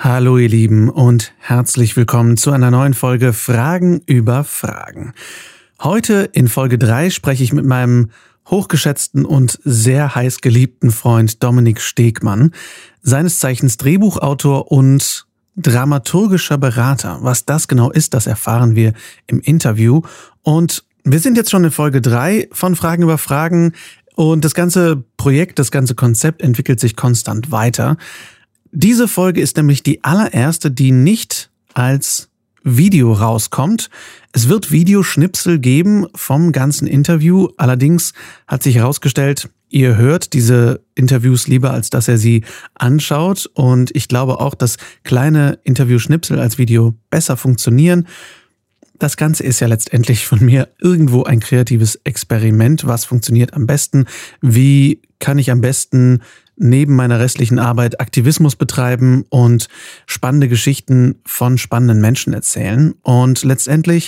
Hallo ihr Lieben und herzlich willkommen zu einer neuen Folge Fragen über Fragen. Heute in Folge 3 spreche ich mit meinem hochgeschätzten und sehr heiß geliebten Freund Dominik Stegmann, seines Zeichens Drehbuchautor und dramaturgischer Berater. Was das genau ist, das erfahren wir im Interview. Und wir sind jetzt schon in Folge 3 von Fragen über Fragen und das ganze Projekt, das ganze Konzept entwickelt sich konstant weiter. Diese Folge ist nämlich die allererste, die nicht als Video rauskommt. Es wird Videoschnipsel geben vom ganzen Interview. Allerdings hat sich herausgestellt, ihr hört diese Interviews lieber, als dass ihr sie anschaut. Und ich glaube auch, dass kleine Interviewschnipsel als Video besser funktionieren. Das Ganze ist ja letztendlich von mir irgendwo ein kreatives Experiment. Was funktioniert am besten? Wie kann ich am besten neben meiner restlichen Arbeit Aktivismus betreiben und spannende Geschichten von spannenden Menschen erzählen? Und letztendlich,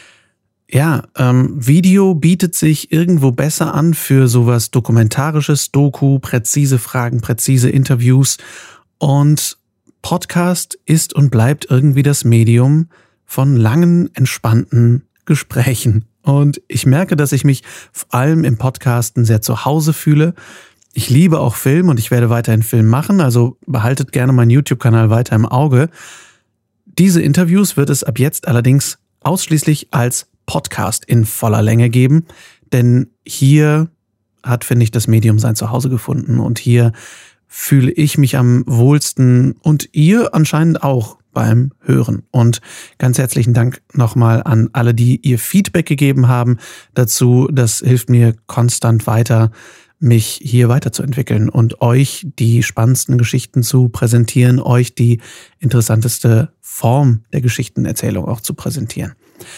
Video bietet sich irgendwo besser an für sowas Dokumentarisches, Doku, präzise Fragen, präzise Interviews. Und Podcast ist und bleibt irgendwie das Medium von langen, entspannten Gesprächen. Und ich merke, dass ich mich vor allem im Podcasten sehr zu Hause fühle. Ich liebe auch Film und ich werde weiterhin Film machen, also behaltet gerne meinen YouTube-Kanal weiter im Auge. Diese Interviews wird es ab jetzt allerdings ausschließlich als Podcast in voller Länge geben, denn hier hat, finde ich, das Medium sein Zuhause gefunden und hier fühle ich mich am wohlsten und ihr anscheinend auch beim Hören. Und ganz herzlichen Dank nochmal an alle, die ihr Feedback gegeben haben dazu. Das hilft mir konstant weiter, mich hier weiterzuentwickeln und euch die spannendsten Geschichten zu präsentieren, euch die interessanteste Form der Geschichtenerzählung auch zu präsentieren.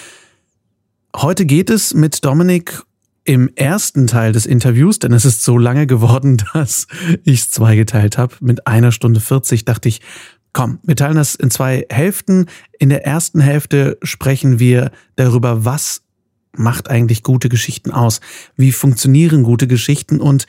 Heute geht es mit Dominik im ersten Teil des Interviews, denn es ist so lange geworden, dass ich es zweigeteilt habe. Mit 1 Stunde 40 dachte ich, komm, wir teilen das in 2 Hälften. In der ersten Hälfte sprechen wir darüber, was macht eigentlich gute Geschichten aus? Wie funktionieren gute Geschichten? Und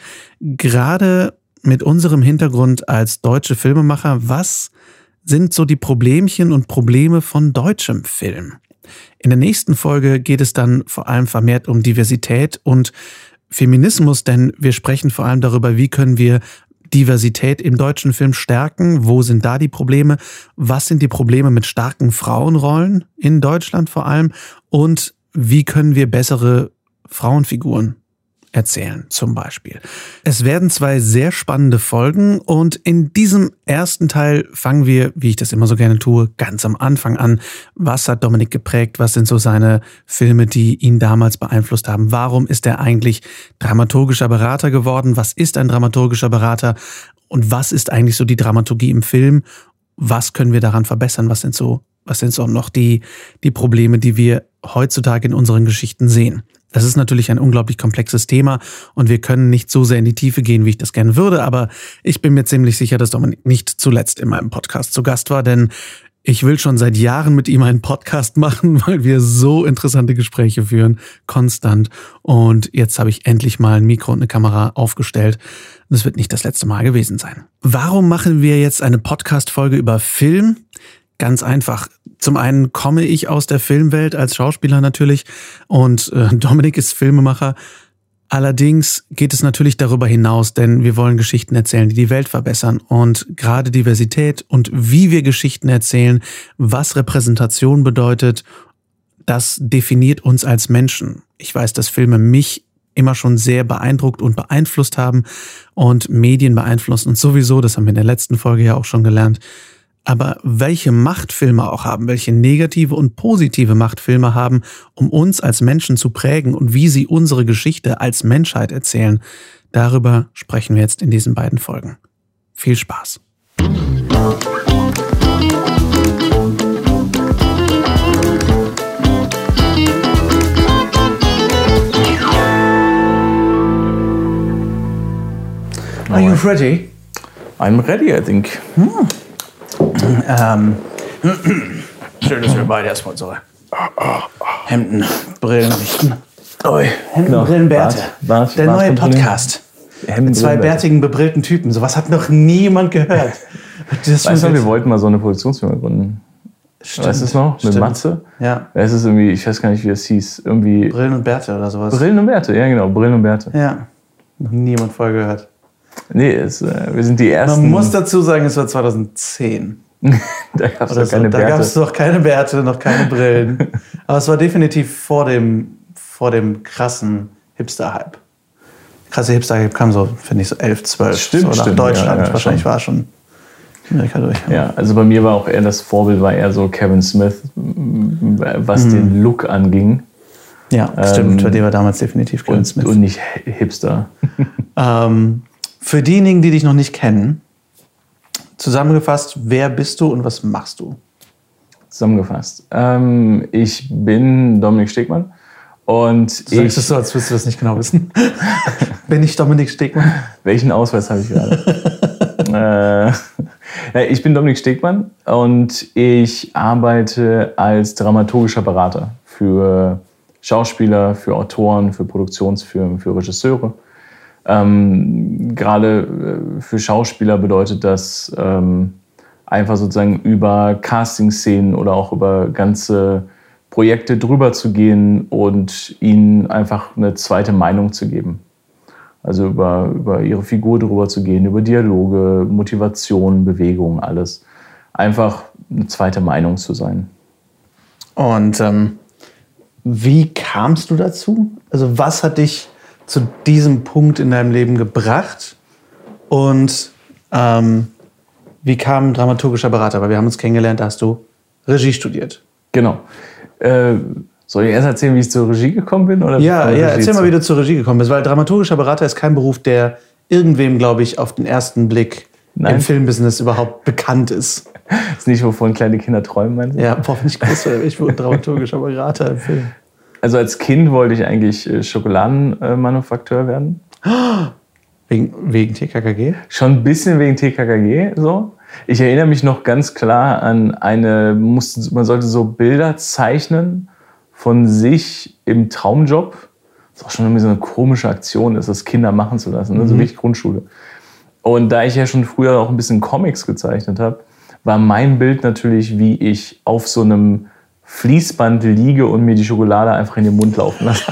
gerade mit unserem Hintergrund als deutsche Filmemacher, was sind so die Problemchen und Probleme von deutschem Film? In der nächsten Folge geht es dann vor allem vermehrt um Diversität und Feminismus, denn wir sprechen vor allem darüber, wie können wir Diversität im deutschen Film stärken? Wo sind da die Probleme? Was sind die Probleme mit starken Frauenrollen in Deutschland vor allem? Und wie können wir bessere Frauenfiguren erzählen, zum Beispiel? Es werden 2 sehr spannende Folgen und in diesem ersten Teil fangen wir, wie ich das immer so gerne tue, ganz am Anfang an. Was hat Dominik geprägt? Was sind so seine Filme, die ihn damals beeinflusst haben? Warum ist er eigentlich dramaturgischer Berater geworden? Was ist ein dramaturgischer Berater? Und was ist eigentlich so die Dramaturgie im Film? Was können wir daran verbessern? Was sind so noch die Probleme, die wir heutzutage in unseren Geschichten sehen? Das ist natürlich ein unglaublich komplexes Thema und wir können nicht so sehr in die Tiefe gehen, wie ich das gerne würde, aber ich bin mir ziemlich sicher, dass Dominik nicht zuletzt in meinem Podcast zu Gast war, denn ich will schon seit Jahren mit ihm einen Podcast machen, weil wir so interessante Gespräche führen, konstant. Und jetzt habe ich endlich mal ein Mikro und eine Kamera aufgestellt. Das wird nicht das letzte Mal gewesen sein. Warum machen wir jetzt eine Podcast-Folge über Film? Ganz einfach. Zum einen komme ich aus der Filmwelt als Schauspieler natürlich und Dominik ist Filmemacher. Allerdings geht es natürlich darüber hinaus, denn wir wollen Geschichten erzählen, die die Welt verbessern. Und gerade Diversität und wie wir Geschichten erzählen, was Repräsentation bedeutet, das definiert uns als Menschen. Ich weiß, dass Filme mich immer schon sehr beeindruckt und beeinflusst haben und Medien beeinflussen uns sowieso, das haben wir in der letzten Folge ja auch schon gelernt. Aber welche Macht Filme auch haben, welche negative und positive Macht Filme haben, um uns als Menschen zu prägen und wie sie unsere Geschichte als Menschheit erzählen, darüber sprechen wir jetzt in diesen beiden Folgen. Viel Spaß! Are you ready? I'm ready, I think. Schön, dass wir beide erstmal unsere Hemden, Brillen richten. Hemden, Brillen, Bärte. Der neue Podcast. Mit 2 bärtigen, bebrillten Typen. Sowas hat noch niemand gehört. Wir wollten mal so eine Produktionsfirma gründen. Stimmt, weißt du es noch? Mit Matze? Ja. Es ist irgendwie, ich weiß gar nicht, wie es hieß. Irgendwie Brillen und Bärte oder sowas. Brillen und Bärte, ja genau, Brillen und Bärte. Ja. Noch niemand vorher gehört. Nee, wir sind die Ersten. Man muss dazu sagen, es war 2010. Da gab es noch keine Bärte. Da gab es noch keine Bärte, noch keine Brillen. Aber es war definitiv vor dem krassen Hipster-Hype. Krasse Hipster-Hype kam so, finde ich, so 11, 12. Stimmt, so nach Deutschland. Ja, wahrscheinlich schon. war schon Amerika durch. Ja, also bei mir war auch eher das Vorbild war eher so Kevin Smith, was den Look anging. Ja, stimmt. Bei dem war damals definitiv Kevin Smith. Und nicht Hipster. Für diejenigen, die dich noch nicht kennen, zusammengefasst, wer bist du und was machst du? Zusammengefasst. Ich bin Dominik Stegmann. Und du sagst es so, als würdest du das nicht genau wissen. Bin ich Dominik Stegmann? Welchen Ausweis habe ich gerade? Ich bin Dominik Stegmann und ich arbeite als dramaturgischer Berater für Schauspieler, für Autoren, für Produktionsfirmen, für Regisseure. Gerade für Schauspieler bedeutet das einfach sozusagen über Casting-Szenen oder auch über ganze Projekte drüber zu gehen und ihnen einfach eine zweite Meinung zu geben. Also über ihre Figur drüber zu gehen, über Dialoge, Motivation, Bewegung, alles. Einfach eine zweite Meinung zu sein. Und wie kamst du dazu? Also was hat dich zu diesem Punkt in deinem Leben gebracht? Und wie kam dramaturgischer Berater? Weil wir haben uns kennengelernt, da hast du Regie studiert. Genau. Soll ich erst erzählen, wie ich zur Regie gekommen bin? Oder ja, erzähl mal, wie du zur Regie gekommen bist. Weil dramaturgischer Berater ist kein Beruf, der irgendwem, glaube ich, auf den ersten Blick im Filmbusiness überhaupt bekannt ist. Das ist nicht, wovon kleine Kinder träumen, meinst du? Ja, hoffentlich groß, ich wurde dramaturgischer Berater im Film. Also als Kind wollte ich eigentlich Schokoladenmanufakteur werden. Wegen TKKG? Schon ein bisschen wegen TKKG, so. Ich erinnere mich noch ganz klar an man sollte so Bilder zeichnen von sich im Traumjob. Das ist auch schon irgendwie so eine komische Aktion, das Kinder machen zu lassen, ne? So richtig Grundschule. Und da ich ja schon früher auch ein bisschen Comics gezeichnet habe, war mein Bild natürlich, wie ich auf so einem Fließband liege und mir die Schokolade einfach in den Mund laufen lasse.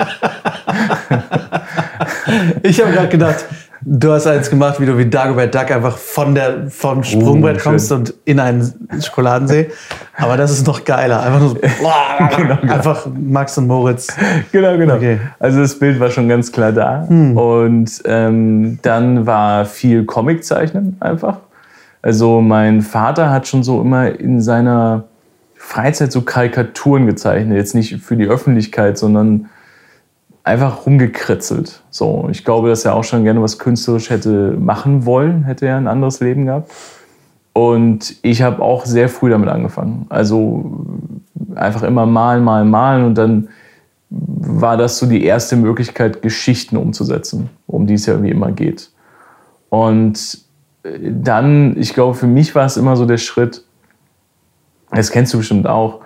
Ich habe gerade gedacht, du hast eins gemacht, wie du wie Dagobert Duck einfach vom Sprungbrett kommst und in einen Schokoladensee. Aber das ist noch geiler. Einfach nur so, genau. Einfach Max und Moritz. Genau. Okay. Also das Bild war schon ganz klar da. Und dann war viel Comiczeichnen einfach. Also mein Vater hat schon so immer in seiner Freizeit so Karikaturen gezeichnet. Jetzt nicht für die Öffentlichkeit, sondern einfach rumgekritzelt. So, ich glaube, dass er auch schon gerne was künstlerisch hätte machen wollen, hätte er ein anderes Leben gehabt. Und ich habe auch sehr früh damit angefangen. Also einfach immer malen und dann war das so die erste Möglichkeit, Geschichten umzusetzen, um die es ja irgendwie immer geht. Und dann, ich glaube, für mich war es immer so der Schritt, das kennst du bestimmt auch,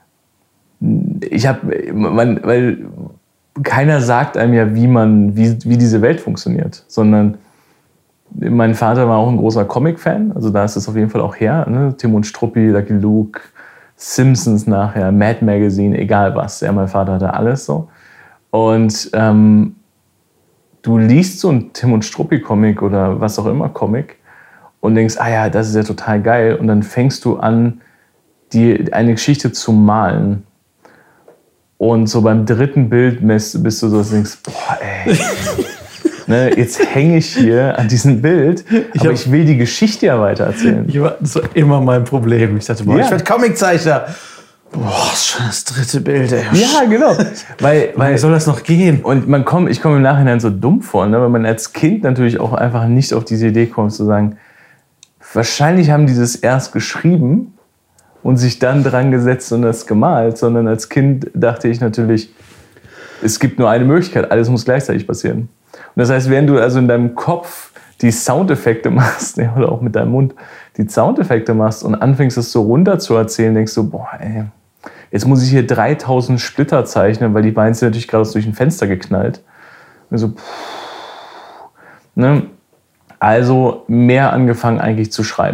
weil keiner sagt einem ja, wie diese Welt funktioniert, sondern mein Vater war auch ein großer Comic-Fan, also da ist es auf jeden Fall auch her, ne? Tim und Struppi, Lucky Luke, Simpsons nachher, Mad Magazine, egal was, ja, mein Vater hatte alles so. Und du liest so ein Tim und Struppi-Comic oder was auch immer Comic und denkst, ah ja, das ist ja total geil, und dann fängst du an, eine Geschichte zu malen. Und so beim dritten Bild bist du so, dass du denkst, boah, ey, ne, jetzt hänge ich hier an diesem Bild, aber ich will die Geschichte ja weiter erzählen. Das war immer mein Problem. Ich dachte, ich werde Comiczeichner. Boah, ist schon das dritte Bild, ey. Ja, genau. Weil soll das noch gehen? Und ich komme im Nachhinein so dumm vor, ne, weil man als Kind natürlich auch einfach nicht auf diese Idee kommt, zu sagen, wahrscheinlich haben die das erst geschrieben und sich dann dran gesetzt und das gemalt, sondern als Kind dachte ich natürlich, es gibt nur eine Möglichkeit, alles muss gleichzeitig passieren. Und das heißt, wenn du also in deinem Kopf die Soundeffekte machst, ja, oder auch mit deinem Mund die Soundeffekte machst und anfängst es so runter zu erzählen, denkst du, boah, ey, jetzt muss ich hier 3000 Splitter zeichnen, weil die beiden sind natürlich gerade durch ein Fenster geknallt. Und so, ne? Also mehr angefangen eigentlich zu schreiben.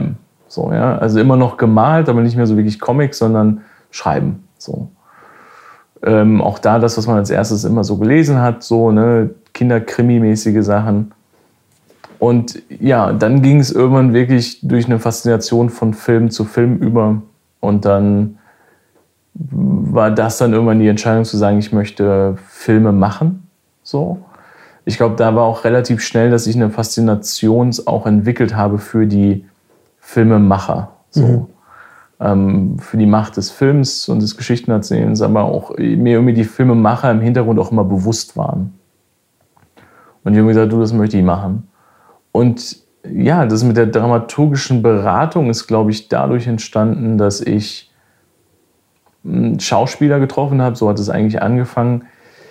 So, ja? Also immer noch gemalt, aber nicht mehr so wirklich Comics, sondern schreiben. So. Auch da das, was man als erstes immer so gelesen hat, so, ne, Kinderkrimi-mäßige Sachen. Und ja, dann ging es irgendwann wirklich durch eine Faszination von Film zu Film über. Und dann war das dann irgendwann die Entscheidung zu sagen, ich möchte Filme machen. So. Ich glaube, da war auch relativ schnell, dass ich eine Faszination auch entwickelt habe für die Filmemacher. So. Für die Macht des Films und des Geschichtenerzählens, aber auch mir irgendwie die Filmemacher im Hintergrund auch immer bewusst waren. Und ich habe gesagt, du, das möchte ich machen. Und ja, das mit der dramaturgischen Beratung ist, glaube ich, dadurch entstanden, dass ich einen Schauspieler getroffen habe, so hat es eigentlich angefangen,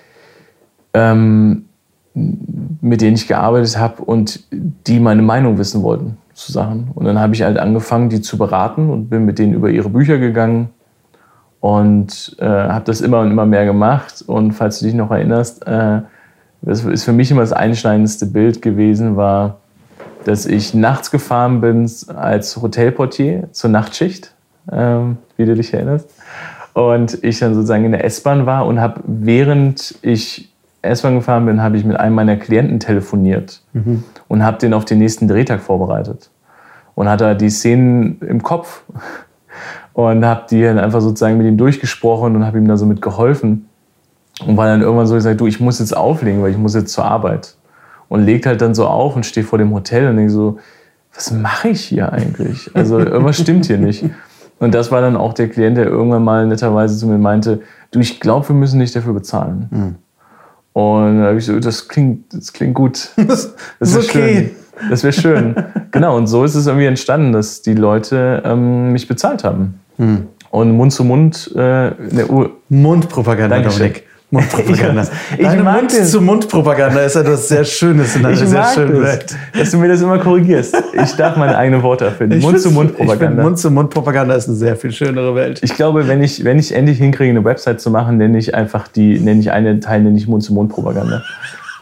mit denen ich gearbeitet habe und die meine Meinung wissen wollten zu Sachen. Und dann habe ich halt angefangen, die zu beraten und bin mit denen über ihre Bücher gegangen und habe das immer und immer mehr gemacht. Und falls du dich noch erinnerst, das ist für mich immer das einschneidendste Bild gewesen, war, dass ich nachts gefahren bin als Hotelportier zur Nachtschicht, wie du dich erinnerst. Und ich dann sozusagen in der S-Bahn war und habe, während ich S-Bahn gefahren bin, habe ich mit einem meiner Klienten telefoniert und habe den auf den nächsten Drehtag vorbereitet. Und hatte die Szenen im Kopf und habe die dann einfach sozusagen mit ihm durchgesprochen und habe ihm da so mit geholfen. Und war dann irgendwann so gesagt, du, ich muss jetzt auflegen, weil ich muss jetzt zur Arbeit. Und legt halt dann so auf und steht vor dem Hotel und denkt so, was mache ich hier eigentlich? Also irgendwas stimmt hier nicht. Und das war dann auch der Klient, der irgendwann mal netterweise zu mir meinte, du, ich glaube, wir müssen nicht dafür bezahlen. Und da habe ich so, das klingt gut. Das ist okay. Schön. Das wäre schön. Genau, und so ist es irgendwie entstanden, dass die Leute mich bezahlt haben. Und Mund zu Mund, Mundpropaganda, Dominik. Mundpropaganda. Deine Mund-zu-Mund-Propaganda ist etwas sehr Schönes in einer sehr schönen Welt. Dass du mir das immer korrigierst. Ich darf meine eigenen Worte erfinden. Mund-zu-Mund-Propaganda. Mund-zu-Mund-Propaganda ist eine sehr viel schönere Welt. Ich glaube, wenn ich endlich hinkriege, eine Website zu machen, nenne ich einen Teil Mund-zu-Mund-Propaganda. Wo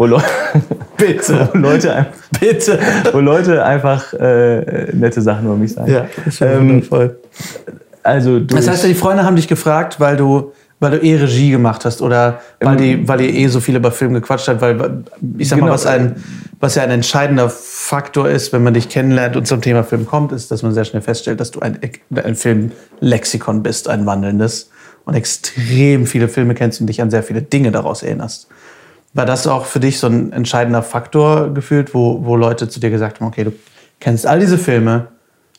Leute einfach nette Sachen über mich sagen. Ja, das ist wundervoll. Also das heißt, die Freunde haben dich gefragt, weil du Regie gemacht hast oder weil ihr so viel über Film gequatscht habt, weil ich sag mal, was ja ein entscheidender Faktor ist, wenn man dich kennenlernt und zum Thema Film kommt, ist, dass man sehr schnell feststellt, dass du ein Filmlexikon bist, ein wandelndes und extrem viele Filme kennst und dich an sehr viele Dinge daraus erinnerst. War das auch für dich so ein entscheidender Faktor gefühlt, wo Leute zu dir gesagt haben, okay, du kennst all diese Filme,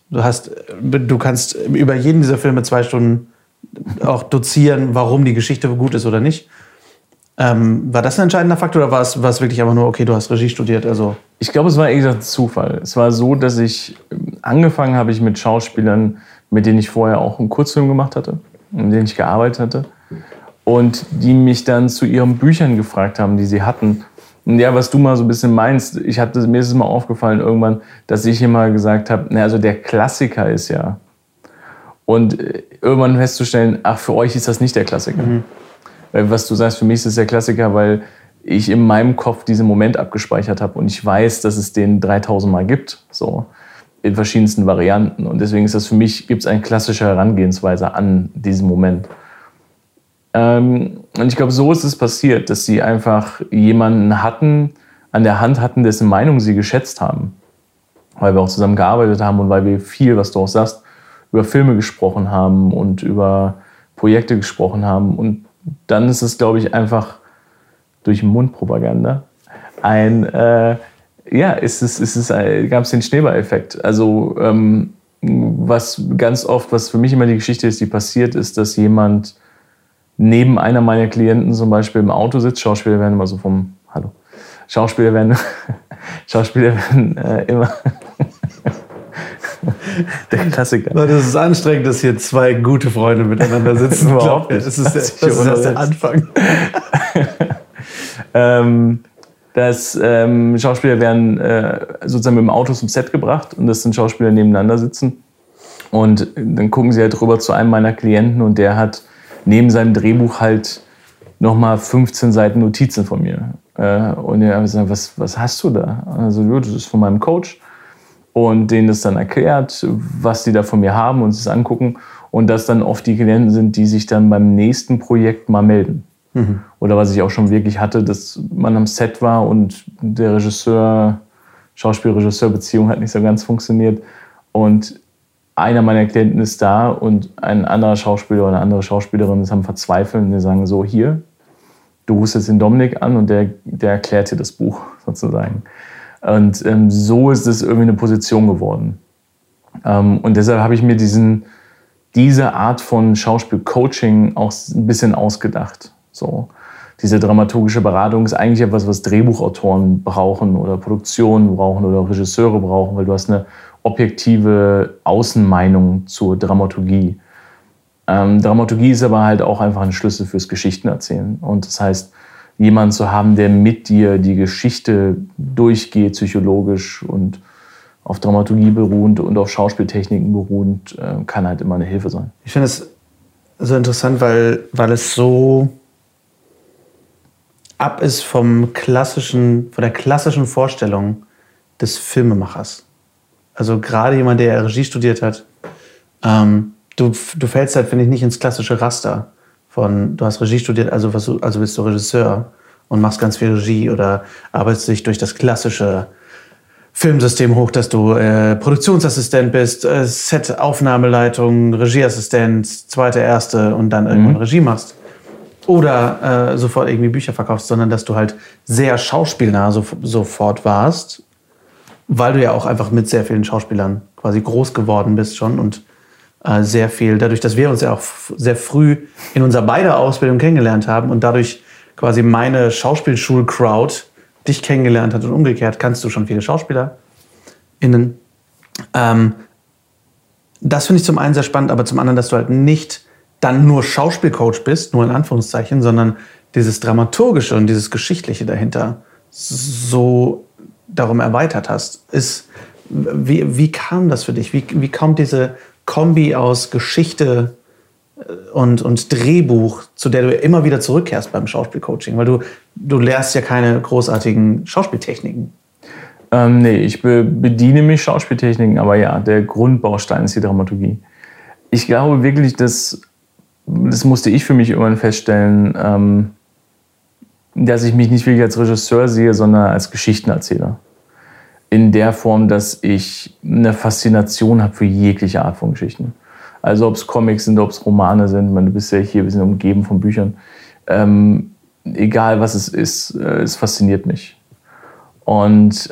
du kannst über jeden dieser Filme 2 Stunden auch dozieren, warum die Geschichte gut ist oder nicht. War das ein entscheidender Faktor oder war es wirklich einfach nur, okay, du hast Regie studiert? Also ich glaube, es war eher gesagt Zufall. Es war so, dass angefangen habe ich mit Schauspielern, mit denen ich vorher auch einen Kurzfilm gemacht hatte, mit denen ich gearbeitet hatte. Und die mich dann zu ihren Büchern gefragt haben, die sie hatten. Und ja, was du mal so ein bisschen meinst, mir ist es mal aufgefallen irgendwann, dass ich immer gesagt habe, also der Klassiker ist ja. Und irgendwann festzustellen, ach, für euch ist das nicht der Klassiker. Weil was du sagst, für mich ist es der Klassiker, weil ich in meinem Kopf diesen Moment abgespeichert habe und ich weiß, dass es den 3000 Mal gibt, so in verschiedensten Varianten. Und deswegen ist das für mich, gibt es eine klassische Herangehensweise an diesen Moment. Und ich glaube, so ist es passiert, dass sie einfach jemanden an der Hand hatten, dessen Meinung sie geschätzt haben. Weil wir auch zusammen gearbeitet haben und weil wir viel, was du auch sagst, über Filme gesprochen haben und über Projekte gesprochen haben. Und dann ist es, glaube ich, einfach durch Mundpropaganda gab es den Schneeball-Effekt. Also was ganz oft, was für mich immer die Geschichte ist, die passiert ist, dass jemand neben einer meiner Klienten zum Beispiel im Auto sitzt. Schauspieler werden immer so Schauspieler werden immer der Klassiker. Das ist anstrengend, dass hier 2 gute Freunde miteinander sitzen. Überhaupt nicht. Das ist erst der Anfang. Schauspieler werden sozusagen mit dem Auto zum Set gebracht und das sind Schauspieler nebeneinander sitzen. Und dann gucken sie halt rüber zu einem meiner Klienten und der hat neben seinem Drehbuch halt nochmal 15 Seiten Notizen von mir. Und er hat gesagt, was hast du da? Also, das ist von meinem Coach. und denen das dann erklärt, was die da von mir haben und es angucken. Und dass dann oft die Klienten sind, die sich dann beim nächsten Projekt mal melden. Mhm. Oder was ich auch schon wirklich hatte, dass man am Set war und der Schauspiel-Regisseur-Beziehung hat nicht so ganz funktioniert. Und einer meiner Klienten ist da und ein anderer Schauspieler oder eine andere Schauspielerin ist am Verzweifeln. Und die sagen so, hier, du rufst jetzt den Dominik an und der erklärt dir das Buch sozusagen. Und so ist es irgendwie eine Position geworden. Und deshalb habe ich mir diese Art von Schauspiel-Coaching auch ein bisschen ausgedacht. So. Diese dramaturgische Beratung ist eigentlich etwas, was Drehbuchautoren brauchen oder Produktionen brauchen oder Regisseure brauchen, weil du hast eine objektive Außenmeinung zur Dramaturgie. Dramaturgie ist aber halt auch einfach ein Schlüssel fürs Geschichtenerzählen. Und das heißt, jemanden zu haben, der mit dir die Geschichte durchgeht, psychologisch und auf Dramaturgie beruhend und auf Schauspieltechniken beruhend, kann halt immer eine Hilfe sein. Ich finde es so interessant, weil es so ab ist von der klassischen Vorstellung des Filmemachers. Also gerade jemand, der Regie studiert hat, du fällst halt, finde ich, nicht ins klassische Raster von, du hast Regie studiert, also bist du Regisseur und machst ganz viel Regie oder arbeitest dich durch das klassische Filmsystem hoch, dass du Produktionsassistent bist, Set-Aufnahmeleitung, Regieassistent, zweite, erste und dann irgendwann Regie machst. Oder sofort irgendwie Bücher verkaufst, sondern dass du halt sehr schauspielnah sofort warst, weil du ja auch einfach mit sehr vielen Schauspielern quasi groß geworden bist schon und sehr viel, dadurch, dass wir uns ja auch sehr früh in unserer beider Ausbildung kennengelernt haben und dadurch quasi meine Schauspielschul-Crowd dich kennengelernt hat und umgekehrt, kannst du schon viele SchauspielerInnen. Das finde ich zum einen sehr spannend, aber zum anderen, dass du halt nicht dann nur Schauspielcoach bist, nur in Anführungszeichen, sondern dieses Dramaturgische und dieses Geschichtliche dahinter so darum erweitert hast. Wie kam das für dich? Wie kommt diese Kombi aus Geschichte und Drehbuch, zu der du immer wieder zurückkehrst beim Schauspielcoaching? Weil du lehrst ja keine großartigen Schauspieltechniken. Nee, ich bediene mich Schauspieltechniken, aber ja, der Grundbaustein ist die Dramaturgie. Ich glaube wirklich, das musste ich für mich irgendwann feststellen, dass ich mich nicht wirklich als Regisseur sehe, sondern als Geschichtenerzähler. In der Form, dass ich eine Faszination habe für jegliche Art von Geschichten. Also ob es Comics sind, ob es Romane sind. Ich meine, du bist ja hier, wir sind umgeben von Büchern. Egal was es ist, es fasziniert mich. Und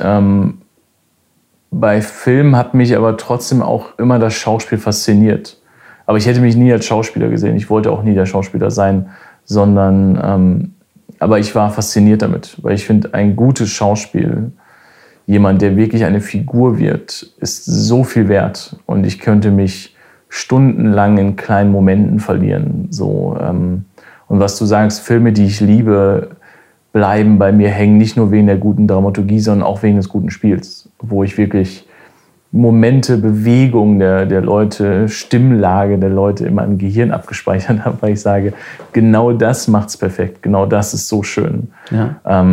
bei Film hat mich aber trotzdem auch immer das Schauspiel fasziniert. Aber ich hätte mich nie als Schauspieler gesehen. Ich wollte auch nie der Schauspieler sein, sondern aber ich war fasziniert damit, weil ich finde, ein gutes Schauspiel, jemand, der wirklich eine Figur wird, ist so viel wert. Und ich könnte mich stundenlang in kleinen Momenten verlieren. So, und was du sagst, Filme, die ich liebe, bleiben bei mir hängen, nicht nur wegen der guten Dramaturgie, sondern auch wegen des guten Spiels, wo ich wirklich Momente, Bewegung der Leute, Stimmlage der Leute in meinem Gehirn abgespeichert habe, weil ich sage, genau das macht's perfekt, genau das ist so schön. Ja.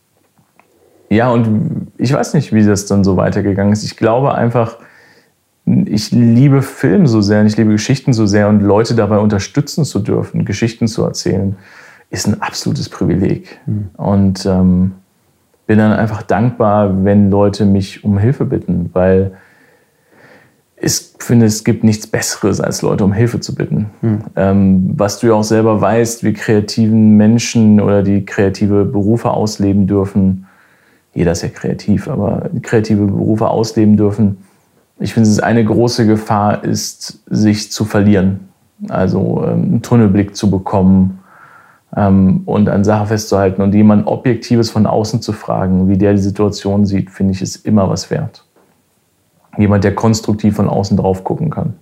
Ja, und ich weiß nicht, wie das dann so weitergegangen ist. Ich glaube einfach, ich liebe Film so sehr und ich liebe Geschichten so sehr und Leute dabei unterstützen zu dürfen, Geschichten zu erzählen, ist ein absolutes Privileg. Und bin dann einfach dankbar, wenn Leute mich um Hilfe bitten, weil ich finde, es gibt nichts Besseres, als Leute um Hilfe zu bitten. Was du ja auch selber weißt, wie kreativen Menschen oder die kreative Berufe ausleben dürfen, jeder ist ja kreativ, aber kreative Berufe ausleben dürfen, ich finde, es ist eine große Gefahr ist, sich zu verlieren. Also einen Tunnelblick zu bekommen und an Sachen festzuhalten und jemand Objektives von außen zu fragen, wie der die Situation sieht, finde ich, ist immer was wert. Jemand, der konstruktiv von außen drauf gucken kann.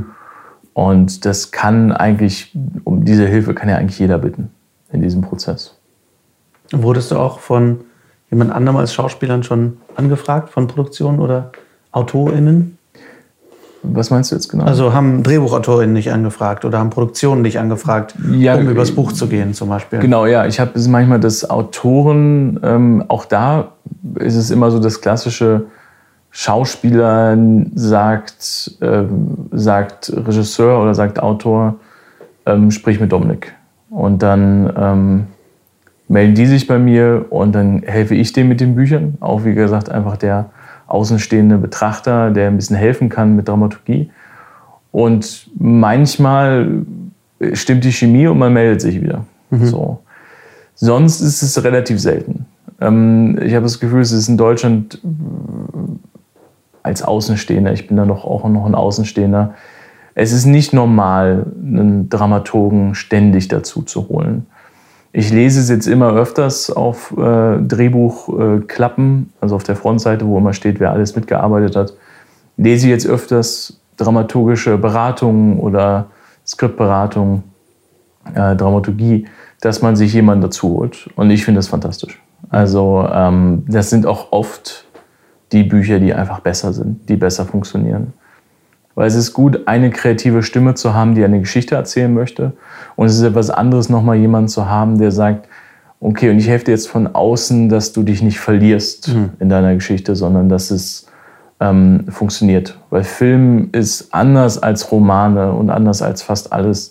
Und das kann eigentlich, um diese Hilfe kann ja eigentlich jeder bitten in diesem Prozess. Wurdest du auch von jemand anderem als Schauspielern schon angefragt, von Produktionen oder AutorInnen? Was meinst du jetzt genau? Also haben DrehbuchautorInnen dich angefragt oder haben Produktionen dich angefragt, ja, um übers Buch zu gehen zum Beispiel? Genau, ja. Ich habe manchmal das Autoren, auch da ist es immer so das klassische Schauspieler sagt Regisseur oder sagt Autor, sprich mit Dominik. Und dann melden die sich bei mir und dann helfe ich denen mit den Büchern. Auch wie gesagt, einfach der außenstehende Betrachter, der ein bisschen helfen kann mit Dramaturgie. Und manchmal stimmt die Chemie und man meldet sich wieder. So. Sonst ist es relativ selten. Ich habe das Gefühl, es ist in Deutschland als Außenstehender, ich bin da doch auch noch ein Außenstehender, es ist nicht normal, einen Dramaturgen ständig dazu zu holen. Ich lese es jetzt immer öfters auf Drehbuchklappen, also auf der Frontseite, wo immer steht, wer alles mitgearbeitet hat. Lese ich jetzt öfters dramaturgische Beratungen oder Skriptberatungen, Dramaturgie, dass man sich jemanden dazu holt. Und ich finde das fantastisch. Also das sind auch oft die Bücher, die einfach besser sind, die besser funktionieren. Weil es ist gut, eine kreative Stimme zu haben, die eine Geschichte erzählen möchte. Und es ist etwas anderes, nochmal jemanden zu haben, der sagt, okay, und ich helfe dir jetzt von außen, dass du dich nicht verlierst in deiner Geschichte, sondern dass es funktioniert. Weil Film ist anders als Romane und anders als fast alles.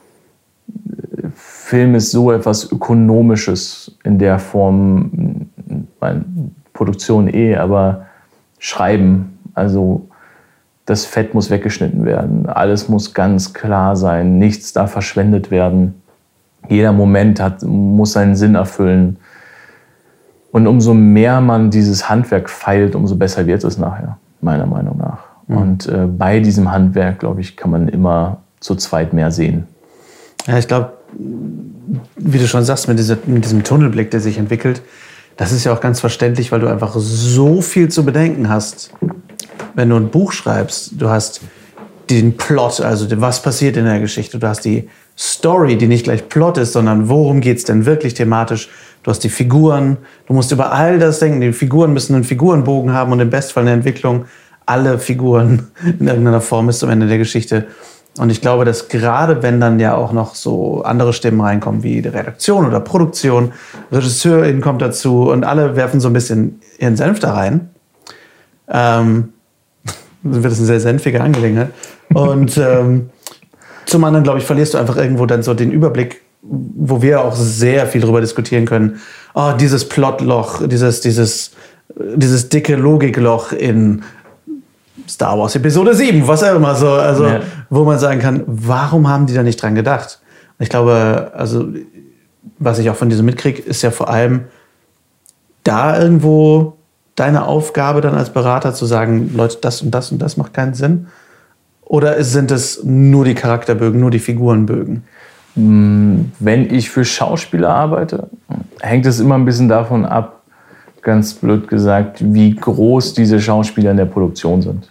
Film ist so etwas Ökonomisches in der Form, Produktion aber Schreiben, also das Fett muss weggeschnitten werden, alles muss ganz klar sein, nichts darf verschwendet werden, jeder Moment muss seinen Sinn erfüllen. Und umso mehr man dieses Handwerk feilt, umso besser wird es nachher, meiner Meinung nach. Und bei diesem Handwerk, glaube ich, kann man immer zu zweit mehr sehen. Ja, ich glaube, wie du schon sagst, mit diesem Tunnelblick, der sich entwickelt, das ist ja auch ganz verständlich, weil du einfach so viel zu bedenken hast. Wenn du ein Buch schreibst, du hast den Plot, also was passiert in der Geschichte, du hast die Story, die nicht gleich Plot ist, sondern worum geht es denn wirklich thematisch, du hast die Figuren, du musst über all das denken, die Figuren müssen einen Figurenbogen haben und im Bestfall eine Entwicklung, alle Figuren in irgendeiner Form bis zum Ende der Geschichte. Und ich glaube, dass gerade wenn dann ja auch noch so andere Stimmen reinkommen, wie die Redaktion oder Produktion, Regisseurin kommt dazu und alle werfen so ein bisschen ihren Senf da rein, dann wird es eine sehr senfige Angelegenheit. Und zum anderen, glaube ich, verlierst du einfach irgendwo dann so den Überblick, wo wir auch sehr viel drüber diskutieren können. Oh, dieses Plotloch, dieses dicke Logikloch in Star Wars Episode 7, was auch immer so, also ja. Wo man sagen kann, warum haben die da nicht dran gedacht? Und ich glaube, also was ich auch von diesem mitkriege, ist ja vor allem da irgendwo deine Aufgabe dann als Berater zu sagen, Leute, das und das und das macht keinen Sinn? Oder sind es nur die Charakterbögen, nur die Figurenbögen? Wenn ich für Schauspieler arbeite, hängt es immer ein bisschen davon ab, ganz blöd gesagt, wie groß diese Schauspieler in der Produktion sind.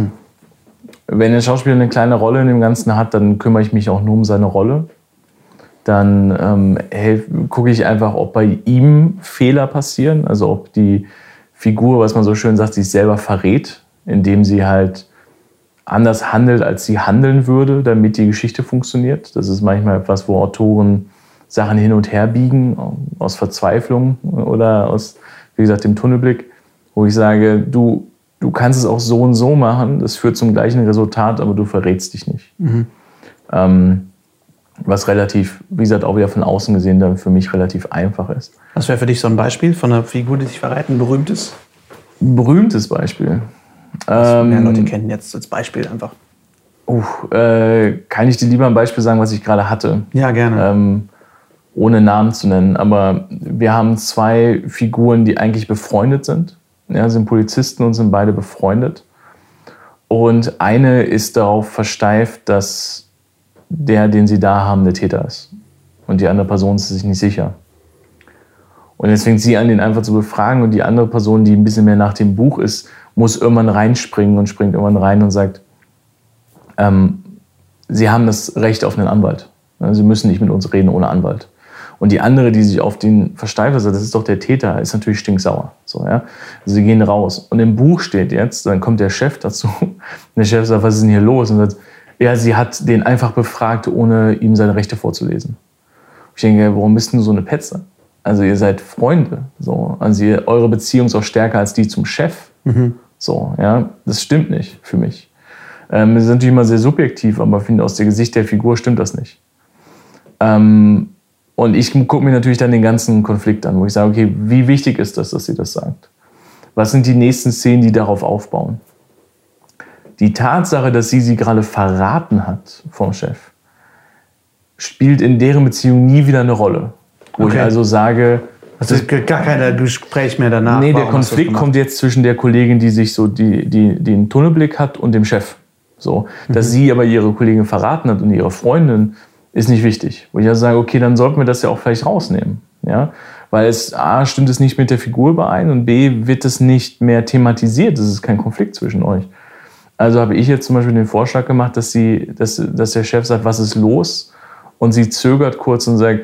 Wenn der Schauspieler eine kleine Rolle in dem Ganzen hat, dann kümmere ich mich auch nur um seine Rolle. Dann gucke ich einfach, ob bei ihm Fehler passieren, also ob die Figur, was man so schön sagt, sich selber verrät, indem sie halt anders handelt, als sie handeln würde, damit die Geschichte funktioniert. Das ist manchmal etwas, wo Autoren Sachen hin und her biegen, aus Verzweiflung oder aus, wie gesagt, dem Tunnelblick, wo ich sage, du kannst es auch so und so machen, das führt zum gleichen Resultat, aber du verrätst dich nicht. Was relativ, wie gesagt, auch wieder von außen gesehen, dann für mich relativ einfach ist. Was wäre für dich so ein Beispiel von einer Figur, die sich verrät, ein berühmtes? Ein berühmtes Beispiel? Mehr Leute kennen jetzt als Beispiel einfach. Kann ich dir lieber ein Beispiel sagen, was ich gerade hatte? Ja, gerne. Ohne Namen zu nennen. Aber wir haben 2 Figuren, die eigentlich befreundet sind. Ja, sind Polizisten und sind beide befreundet. Und eine ist darauf versteift, dass der, den sie da haben, der Täter ist. Und die andere Person ist sich nicht sicher. Und jetzt fängt sie an, den einfach zu befragen. Und die andere Person, die ein bisschen mehr nach dem Buch ist, muss irgendwann reinspringen und springt irgendwann rein und sagt, sie haben das Recht auf einen Anwalt. Sie müssen nicht mit uns reden ohne Anwalt. Und die andere, die sich auf den versteift, sagt, das ist doch der Täter, ist natürlich stinksauer. So, ja? Also sie gehen raus. Und im Buch steht jetzt, dann kommt der Chef dazu. Und der Chef sagt, was ist denn hier los? Und sagt, ja, sie hat den einfach befragt, ohne ihm seine Rechte vorzulesen. Ich denke, warum bist du so eine Petze? Also ihr seid Freunde. So. Also eure Beziehung ist auch stärker als die zum Chef. So, ja, das stimmt nicht für mich. Das ist natürlich immer sehr subjektiv, aber ich finde, aus der Sicht der Figur stimmt das nicht. Und ich gucke mir natürlich dann den ganzen Konflikt an, wo ich sage, okay, wie wichtig ist das, dass sie das sagt? Was sind die nächsten Szenen, die darauf aufbauen? Die Tatsache, dass sie gerade verraten hat vom Chef, spielt in deren Beziehung nie wieder eine Rolle. Wo ich also sage... Also es gibt gar kein Gespräch mehr danach. Nee, der Konflikt kommt jetzt zwischen der Kollegin, die sich so die einen Tunnelblick hat, und dem Chef. So, dass sie aber ihre Kollegin verraten hat und ihre Freundin, ist nicht wichtig. Wo ich also sage, okay, dann sollten wir das ja auch vielleicht rausnehmen. Ja? Weil es A, stimmt es nicht mit der Figur überein, und B, wird es nicht mehr thematisiert. Es ist kein Konflikt zwischen euch. Also habe ich jetzt zum Beispiel den Vorschlag gemacht, dass der Chef sagt, was ist los? Und sie zögert kurz und sagt,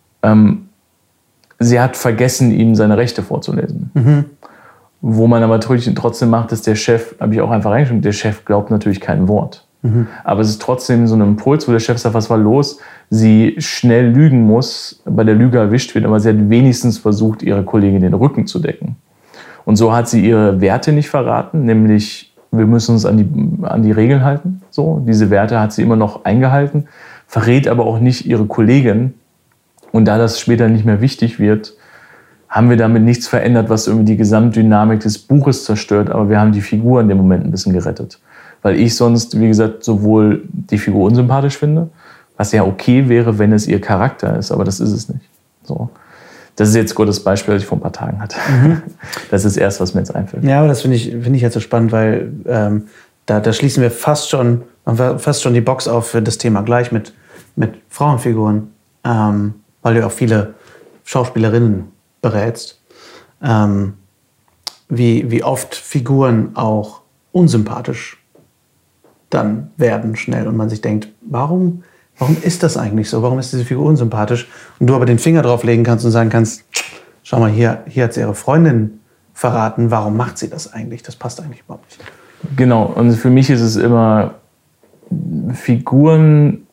sie hat vergessen, ihm seine Rechte vorzulesen. Wo man aber trotzdem macht, dass der Chef, habe ich auch einfach reingeschrieben, der Chef glaubt natürlich kein Wort. Aber es ist trotzdem so ein Impuls, wo der Chef sagt, was war los? Sie schnell lügen muss, bei der Lüge erwischt wird, aber sie hat wenigstens versucht, ihrer Kollegin den Rücken zu decken. Und so hat sie ihre Werte nicht verraten, nämlich wir müssen uns an die Regeln halten. So, diese Werte hat sie immer noch eingehalten, verrät aber auch nicht ihre Kollegin. Und da das später nicht mehr wichtig wird, haben wir damit nichts verändert, was irgendwie die Gesamtdynamik des Buches zerstört. Aber wir haben die Figur in dem Moment ein bisschen gerettet. Weil ich sonst, wie gesagt, sowohl die Figur unsympathisch finde, was ja okay wäre, wenn es ihr Charakter ist. Aber das ist es nicht. So. Das ist jetzt gut das Beispiel, das ich vor ein paar Tagen hatte. Das ist das Erste, was mir jetzt einfällt. Ja, aber das finde ich jetzt so spannend, weil da schließen wir fast schon die Box auf für das Thema gleich mit Frauenfiguren. Weil du auch viele Schauspielerinnen berätst, wie oft Figuren auch unsympathisch dann werden schnell und man sich denkt, warum ist das eigentlich so? Warum ist diese Figur unsympathisch? Und du aber den Finger drauf legen kannst und sagen kannst, schau mal, hier hat sie ihre Freundin verraten, warum macht sie das eigentlich? Das passt eigentlich überhaupt nicht. Genau, und für mich ist es immer Figuren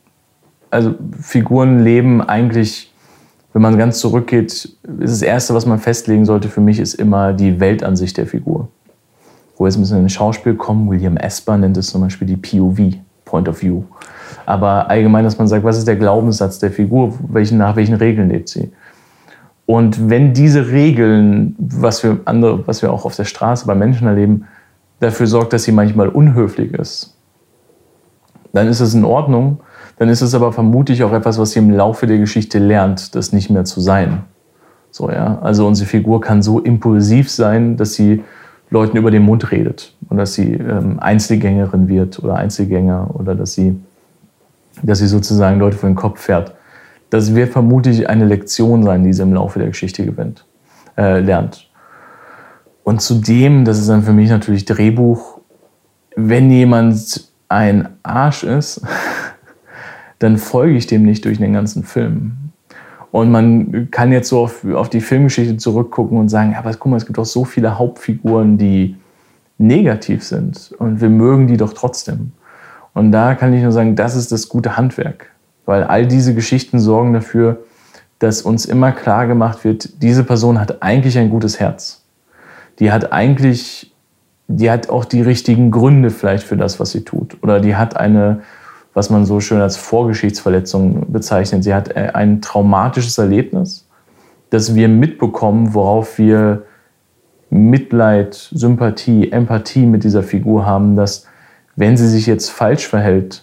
leben eigentlich, wenn man ganz zurückgeht, ist das Erste, was man festlegen sollte für mich, ist immer die Weltansicht der Figur. Wo jetzt ein bisschen in ein Schauspiel kommen, William Esper nennt es zum Beispiel die POV, Point of View. Aber allgemein, dass man sagt, was ist der Glaubenssatz der Figur, nach welchen Regeln lebt sie? Und wenn diese Regeln, was wir auch auf der Straße bei Menschen erleben, dafür sorgt, dass sie manchmal unhöflich ist, dann ist es in Ordnung. Dann ist es aber vermutlich auch etwas, was sie im Laufe der Geschichte lernt, das nicht mehr zu sein. So, ja? Also unsere Figur kann so impulsiv sein, dass sie Leuten über den Mund redet und dass sie Einzelgängerin wird oder Einzelgänger oder dass sie sozusagen Leute vor den Kopf fährt. Das wird vermutlich eine Lektion sein, die sie im Laufe der Geschichte lernt. Und zudem, das ist dann für mich natürlich Drehbuch, wenn jemand ein Arsch ist, dann folge ich dem nicht durch den ganzen Film. Und man kann jetzt so auf die Filmgeschichte zurückgucken und sagen, aber guck mal, es gibt doch so viele Hauptfiguren, die negativ sind und wir mögen die doch trotzdem. Und da kann ich nur sagen, das ist das gute Handwerk. Weil all diese Geschichten sorgen dafür, dass uns immer klar gemacht wird, diese Person hat eigentlich ein gutes Herz. Die hat auch die richtigen Gründe vielleicht für das, was sie tut. Oder die hat eine, was man so schön als Vorgeschichtsverletzung bezeichnet. Sie hat ein traumatisches Erlebnis, das wir mitbekommen, worauf wir Mitleid, Sympathie, Empathie mit dieser Figur haben, dass, wenn sie sich jetzt falsch verhält,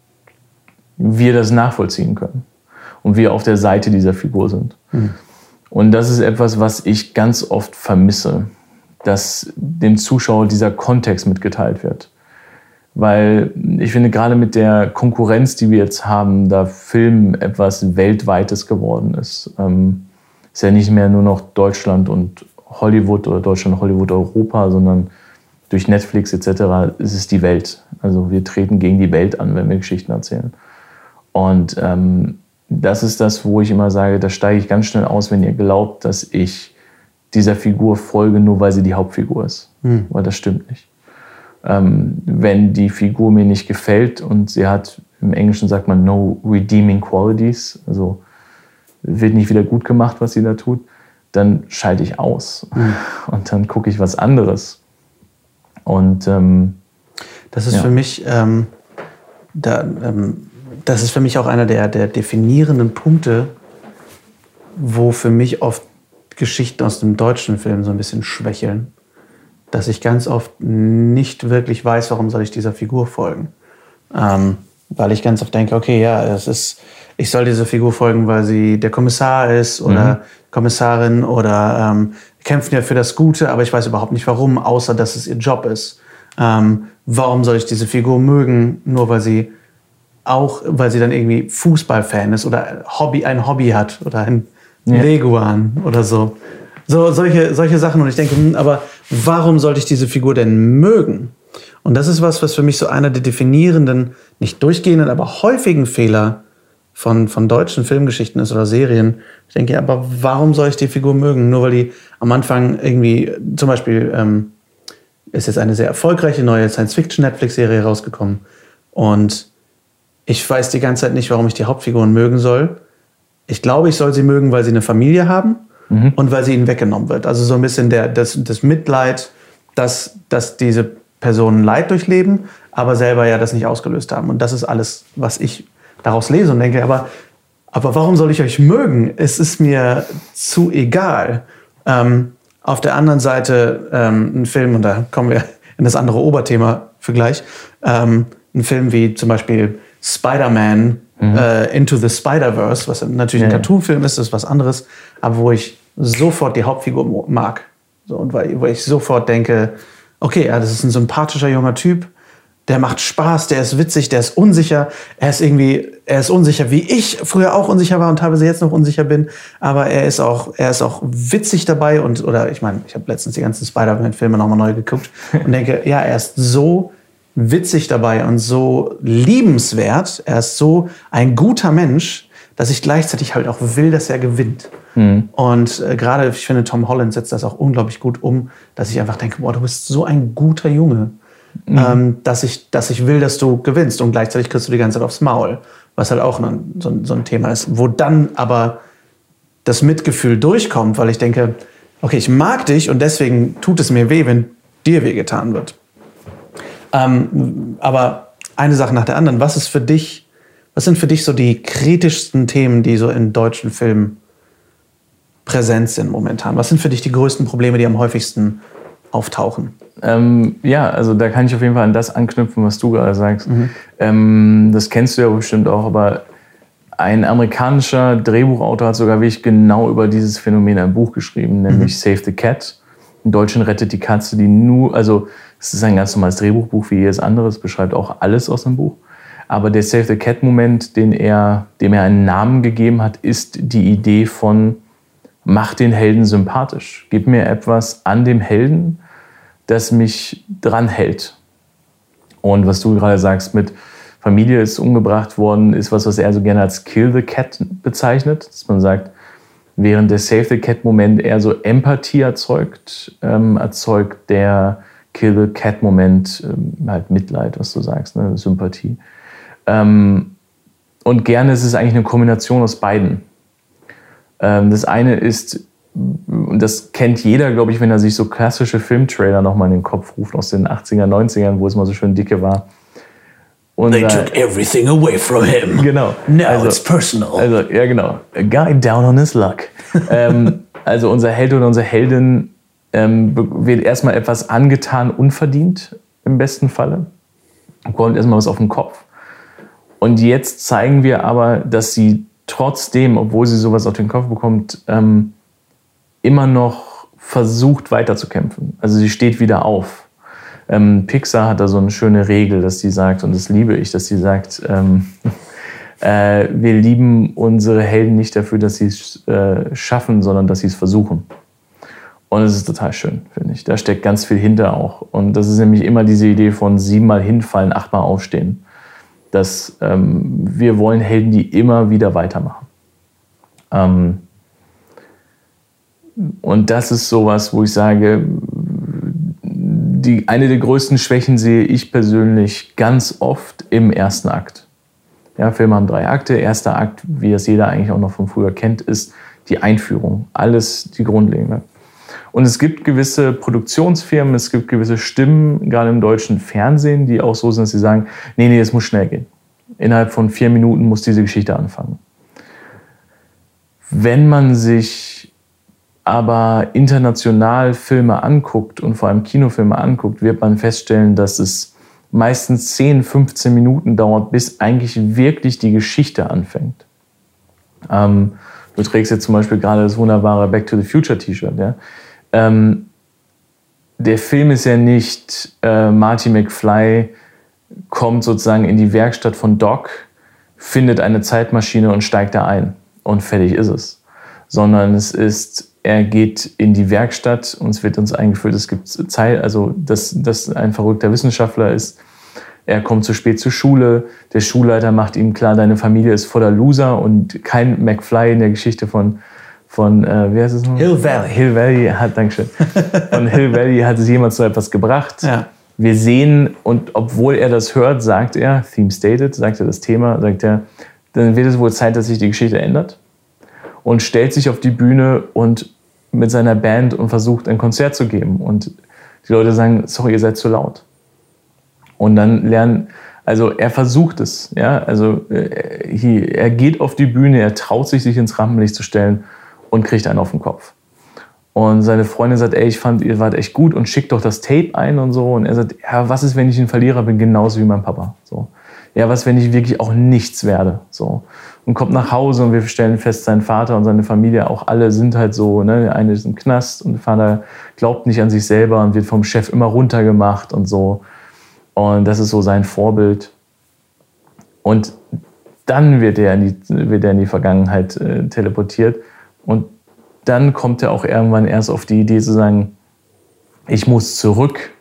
wir das nachvollziehen können und wir auf der Seite dieser Figur sind. Und das ist etwas, was ich ganz oft vermisse, dass dem Zuschauer dieser Kontext mitgeteilt wird. Weil ich finde, gerade mit der Konkurrenz, die wir jetzt haben, da Film etwas Weltweites geworden ist. Ist ja nicht mehr nur noch Deutschland und Hollywood oder Deutschland, Hollywood, Europa, sondern durch Netflix etc. ist es die Welt. Also wir treten gegen die Welt an, wenn wir Geschichten erzählen. Und das ist das, wo ich immer sage, da steige ich ganz schnell aus, wenn ihr glaubt, dass ich dieser Figur folge, nur weil sie die Hauptfigur ist. Weil das stimmt nicht. Wenn die Figur mir nicht gefällt und sie hat, im Englischen sagt man no redeeming qualities, also wird nicht wieder gut gemacht, was sie da tut, dann schalte ich aus. Und dann gucke ich was anderes. Und das ist für mich, das ist für mich auch einer der definierenden Punkte, wo für mich oft Geschichten aus dem deutschen Film so ein bisschen schwächeln. Dass ich ganz oft nicht wirklich weiß, warum soll ich dieser Figur folgen. Weil ich ganz oft denke, okay, ja, ich soll dieser Figur folgen, weil sie der Kommissar ist oder Kommissarin oder kämpfen ja für das Gute, aber ich weiß überhaupt nicht warum, außer dass es ihr Job ist. Warum soll ich diese Figur mögen, nur weil sie dann irgendwie Fußballfan ist oder ein Hobby hat oder ein Leguan oder so. Solche Sachen. Und ich denke, aber warum sollte ich diese Figur denn mögen? Und das ist was für mich so einer der definierenden, nicht durchgehenden, aber häufigen Fehler von deutschen Filmgeschichten ist oder Serien. Ich denke, aber warum soll ich die Figur mögen? Nur weil die am Anfang irgendwie, zum Beispiel ist jetzt eine sehr erfolgreiche neue Science-Fiction-Netflix-Serie rausgekommen. Und ich weiß die ganze Zeit nicht, warum ich die Hauptfiguren mögen soll. Ich glaube, ich soll sie mögen, weil sie eine Familie haben und weil sie ihnen weggenommen wird. Also so ein bisschen das Mitleid, dass diese Personen Leid durchleben, aber selber ja das nicht ausgelöst haben. Und das ist alles, was ich daraus lese und denke, aber warum soll ich euch mögen? Es ist mir zu egal. Auf der anderen Seite ein Film, und da kommen wir in das andere Oberthema für gleich, ein Film wie zum Beispiel Spider-Man Into the Spider-Verse, was natürlich ein Cartoon-Film ist, ist was anderes, aber wo ich sofort die Hauptfigur mag. So, und wo ich sofort denke, okay, ja, das ist ein sympathischer junger Typ, der macht Spaß, der ist witzig, der ist unsicher. Er ist unsicher, wie ich früher auch unsicher war und teilweise jetzt noch unsicher bin. Aber er ist auch witzig dabei ich habe letztens die ganzen Spider-Man-Filme nochmal neu geguckt und denke, ja, er ist so witzig dabei und so liebenswert. Er ist so ein guter Mensch, dass ich gleichzeitig halt auch will, dass er gewinnt. Und gerade, ich finde, Tom Holland setzt das auch unglaublich gut um, dass ich einfach denke, boah, du bist so ein guter Junge, dass ich will, dass du gewinnst. Und gleichzeitig kriegst du die ganze Zeit aufs Maul, was halt auch so ein Thema ist, wo dann aber das Mitgefühl durchkommt, weil ich denke, okay, ich mag dich und deswegen tut es mir weh, wenn dir wehgetan wird. Aber eine Sache nach der anderen, was sind für dich so die kritischsten Themen, die so in deutschen Filmen präsent sind momentan? Was sind für dich die größten Probleme, die am häufigsten auftauchen? Also da kann ich auf jeden Fall an das anknüpfen, was du gerade sagst. Das kennst du ja bestimmt auch, aber ein amerikanischer Drehbuchautor hat sogar wirklich genau über dieses Phänomen ein Buch geschrieben, nämlich Save the Cat. Im Deutschen rettet die Katze, es ist ein ganz normales Drehbuchbuch wie jedes anderes, beschreibt auch alles aus dem Buch. Aber der Save the Cat-Moment, dem er einen Namen gegeben hat, ist die Idee von, mach den Helden sympathisch. Gib mir etwas an dem Helden, das mich dran hält. Und was du gerade sagst, mit Familie ist umgebracht worden, ist was er so gerne als Kill the Cat bezeichnet. Dass man sagt, während der Save the Cat-Moment eher so Empathie erzeugt, erzeugt der Kill the Cat-Moment halt Mitleid, was du sagst, ne? Sympathie. Und gerne ist es eigentlich eine Kombination aus beiden. Das eine ist, und das kennt jeder, glaube ich, wenn er sich so klassische Filmtrailer nochmal in den Kopf ruft aus den 80er, 90ern, wo es mal so schön dicke war. Und They took everything away from him. Genau. Now it's personal. Also, ja, genau. A guy down on his luck. Also unser Held oder unsere Heldin wird erstmal etwas angetan, unverdient im besten Falle. Kommt erstmal was auf den Kopf. Und jetzt zeigen wir aber, dass sie trotzdem, obwohl sie sowas auf den Kopf bekommt, immer noch versucht weiterzukämpfen. Also sie steht wieder auf. Pixar hat da so eine schöne Regel, dass sie sagt, und das liebe ich, dass sie sagt, wir lieben unsere Helden nicht dafür, dass sie es schaffen, sondern dass sie es versuchen. Und es ist total schön, finde ich. Da steckt ganz viel hinter auch. Und das ist nämlich immer diese Idee von 7-mal hinfallen, 8-mal aufstehen. Dass wir wollen Helden, die immer wieder weitermachen. Und das ist sowas, wo ich sage, eine der größten Schwächen sehe ich persönlich ganz oft im ersten Akt. Ja, Filme haben 3 Akte. Erster Akt, wie das jeder eigentlich auch noch von früher kennt, ist die Einführung. Alles die Grundlegende. Und es gibt gewisse Produktionsfirmen, es gibt gewisse Stimmen, gerade im deutschen Fernsehen, die auch so sind, dass sie sagen, nee, es muss schnell gehen. Innerhalb von 4 Minuten muss diese Geschichte anfangen. Wenn man sich aber international Filme anguckt und vor allem Kinofilme anguckt, wird man feststellen, dass es meistens 10, 15 Minuten dauert, bis eigentlich wirklich die Geschichte anfängt. Du trägst jetzt zum Beispiel gerade das wunderbare Back to the Future T-Shirt. Ja? Der Film ist ja nicht Marty McFly kommt sozusagen in die Werkstatt von Doc, findet eine Zeitmaschine und steigt da ein und fertig ist es. Sondern es ist, er geht in die Werkstatt und es wird uns eingeführt, es gibt Zeit, also dass ein verrückter Wissenschaftler ist. Er kommt zu spät zur Schule, der Schulleiter macht ihm klar, deine Familie ist voller Loser und kein McFly in der Geschichte von wie heißt es noch? Hill Valley. Hill Valley hat, Dankeschön. Von Hill Valley hat es jemand zu etwas gebracht. Ja. Wir sehen, und obwohl er das hört, sagt er, Theme stated, sagt er das Thema, sagt er, dann wird es wohl Zeit, dass sich die Geschichte ändert. Und stellt sich auf die Bühne und mit seiner Band und versucht, ein Konzert zu geben. Und die Leute sagen, sorry, ihr seid zu laut. Und dann lernen, also er versucht es, ja, also er geht auf die Bühne, er traut sich ins Rampenlicht zu stellen und kriegt einen auf den Kopf. Und seine Freundin sagt, ey, ich fand, ihr wart echt gut und schickt doch das Tape ein und so. Und er sagt, ja, was ist, wenn ich ein Verlierer bin, genauso wie mein Papa, so. Ja, was, wenn ich wirklich auch nichts werde, so. Und kommt nach Hause und wir stellen fest, sein Vater und seine Familie, auch alle sind halt so, ne, der eine ist im Knast und der Vater glaubt nicht an sich selber und wird vom Chef immer runtergemacht und so. Und das ist so sein Vorbild. Und dann wird er in die Vergangenheit teleportiert. Und dann kommt er auch irgendwann erst auf die Idee zu sagen, ich muss zurück.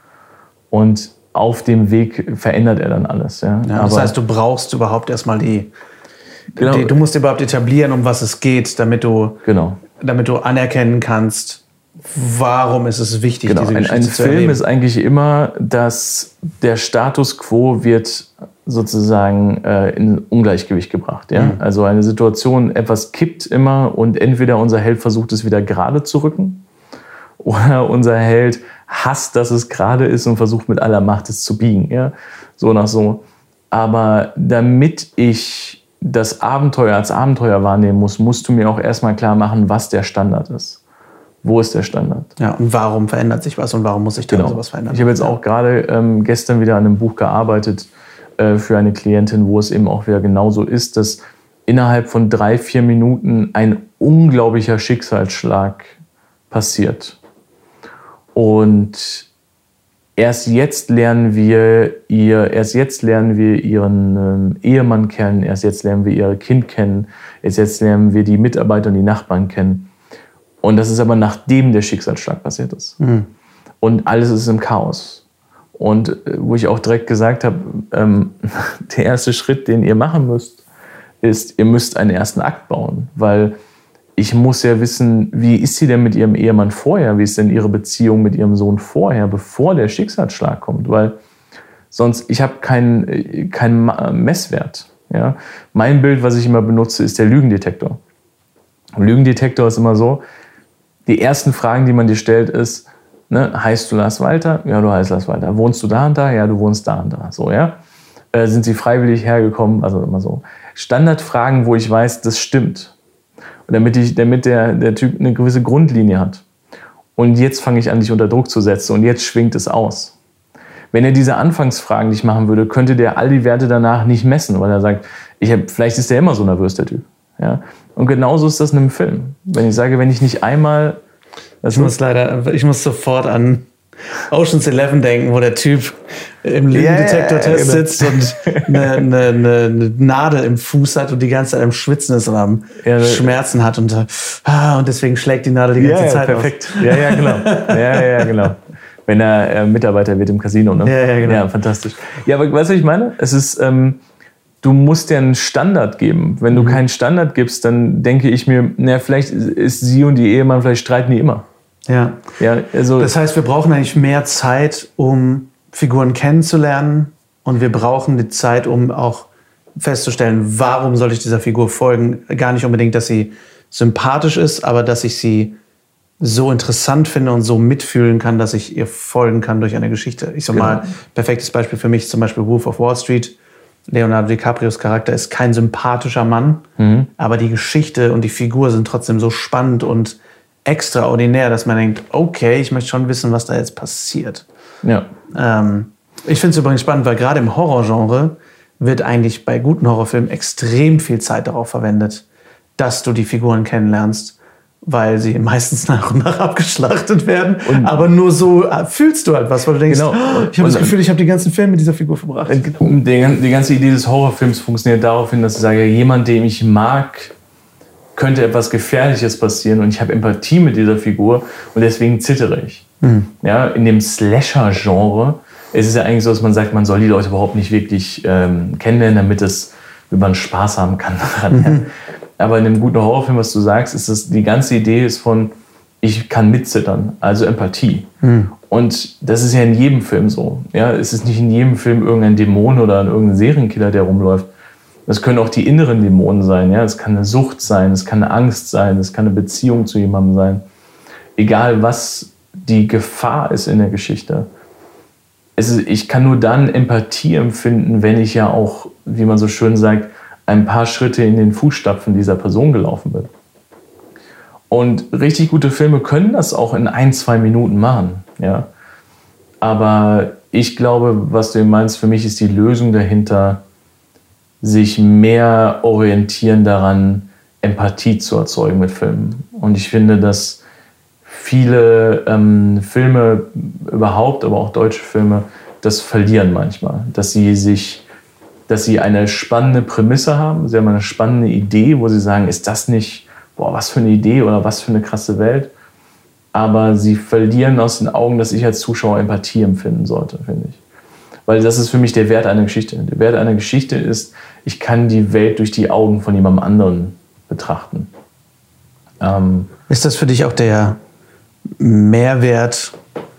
Und auf dem Weg verändert er dann alles. Ja. Ja, das heißt, du brauchst überhaupt erstmal genau, du musst überhaupt etablieren, um was es geht, damit du anerkennen kannst, warum ist es wichtig, genau, diese Geschichte ein zu Film erleben. ist eigentlich immer, dass der Status quo wird sozusagen in Ungleichgewicht gebracht. Ja? Also eine Situation, etwas kippt immer und entweder unser Held versucht es wieder gerade zu rücken oder unser Held hasst, dass es gerade ist und versucht mit aller Macht es zu biegen. Ja? So nach so. Aber damit ich das Abenteuer als Abenteuer wahrnehmen muss, musst du mir auch erstmal klar machen, was der Standard ist. Wo ist der Standard? Ja, und warum verändert sich was und warum muss sich dann sowas verändern? Ich habe jetzt auch gerade gestern wieder an einem Buch gearbeitet für eine Klientin, wo es eben auch wieder genauso ist, dass innerhalb von 3-4 Minuten ein unglaublicher Schicksalsschlag passiert. Und erst jetzt lernen wir ihren Ehemann kennen, erst jetzt lernen wir ihr Kind kennen, erst jetzt lernen wir die Mitarbeiter und die Nachbarn kennen. Und das ist aber nachdem der Schicksalsschlag passiert ist. Mhm. Und alles ist im Chaos. Und wo ich auch direkt gesagt habe, der erste Schritt, den ihr machen müsst, ist, ihr müsst einen ersten Akt bauen. Weil ich muss ja wissen, wie ist sie denn mit ihrem Ehemann vorher? Wie ist denn ihre Beziehung mit ihrem Sohn vorher, bevor der Schicksalsschlag kommt? Weil sonst, ich habe keinen Messwert. Ja? Mein Bild, was ich immer benutze, ist der Lügendetektor. Ein Lügendetektor ist immer so, die ersten Fragen, die man dir stellt, ist, ne, heißt du Lars Walter? Ja, du heißt Lars Walter. Wohnst du da und da? Ja, du wohnst da und da. So, ja. Sind sie freiwillig hergekommen? Also immer so. Standardfragen, wo ich weiß, das stimmt. Und damit der Typ eine gewisse Grundlinie hat. Und jetzt fange ich an, dich unter Druck zu setzen und jetzt schwingt es aus. Wenn er diese Anfangsfragen nicht machen würde, könnte der all die Werte danach nicht messen, weil er sagt, vielleicht ist der immer so nervös, der Typ. Ja? Und genauso ist das in einem Film. Wenn ich sage, wenn ich nicht einmal... Ich muss sofort an Ocean's 11 denken, wo der Typ im Lügendetektor-Test sitzt und eine Nadel im Fuß hat und die ganze Zeit am Schwitzen ist und am Schmerzen hat und deswegen schlägt die Nadel die ganze Zeit perfekt. Aus. Ja, genau. Ja, genau. Wenn er Mitarbeiter wird im Casino. Ne? Ja, genau. Ja, fantastisch. Ja, aber weißt du, was ich meine? Es ist... Du musst dir einen Standard geben. Wenn du keinen Standard gibst, dann denke ich mir, vielleicht ist sie und die Ehemann, vielleicht streiten die immer. Ja. Also das heißt, wir brauchen eigentlich mehr Zeit, um Figuren kennenzulernen. Und wir brauchen die Zeit, um auch festzustellen, warum soll ich dieser Figur folgen. Gar nicht unbedingt, dass sie sympathisch ist, aber dass ich sie so interessant finde und so mitfühlen kann, dass ich ihr folgen kann durch eine Geschichte. Ich sag mal, perfektes Beispiel für mich ist zum Beispiel Wolf of Wall Street. Leonardo DiCaprios Charakter ist kein sympathischer Mann, aber die Geschichte und die Figur sind trotzdem so spannend und extraordinär, dass man denkt, okay, ich möchte schon wissen, was da jetzt passiert. Ja. Ich finde es übrigens spannend, weil gerade im Horrorgenre wird eigentlich bei guten Horrorfilmen extrem viel Zeit darauf verwendet, dass du die Figuren kennenlernst, weil sie meistens nach und nach abgeschlachtet werden. Aber nur so fühlst du halt was, weil du denkst, ich habe das Gefühl, ich habe den ganzen Film mit dieser Figur verbracht. Die ganze Idee des Horrorfilms funktioniert darauf hin, dass ich sage, jemand, den ich mag, könnte etwas Gefährliches passieren und ich habe Empathie mit dieser Figur und deswegen zittere ich. Ja, in dem Slasher-Genre ist es ja eigentlich so, dass man sagt, man soll die Leute überhaupt nicht wirklich kennenlernen, damit man Spaß haben kann daran. Aber in einem guten Horrorfilm, was du sagst, ist das, die ganze Idee ist von, ich kann mitzittern, also Empathie. Und das ist ja in jedem Film so. Ja, es ist nicht in jedem Film irgendein Dämon oder irgendein Serienkiller, der rumläuft. Das können auch die inneren Dämonen sein. Ja? Es kann eine Sucht sein, es kann eine Angst sein, es kann eine Beziehung zu jemandem sein. Egal, was die Gefahr ist in der Geschichte. Ich kann nur dann Empathie empfinden, wenn ich ja auch, wie man so schön sagt, ein paar Schritte in den Fußstapfen dieser Person gelaufen bin. Und richtig gute Filme können das auch in 1-2 Minuten machen. Ja? Aber ich glaube, was du eben meinst, für mich ist die Lösung dahinter, sich mehr orientieren daran, Empathie zu erzeugen mit Filmen. Und ich finde, dass viele Filme überhaupt, aber auch deutsche Filme, das verlieren manchmal. Dass sie eine spannende Prämisse haben, sie haben eine spannende Idee, wo sie sagen, ist das nicht, was für eine Idee oder was für eine krasse Welt. Aber sie verlieren aus den Augen, dass ich als Zuschauer Empathie empfinden sollte, finde ich. Weil das ist für mich der Wert einer Geschichte. Der Wert einer Geschichte ist, ich kann die Welt durch die Augen von jemandem anderen betrachten. Ist das für dich auch der Mehrwert,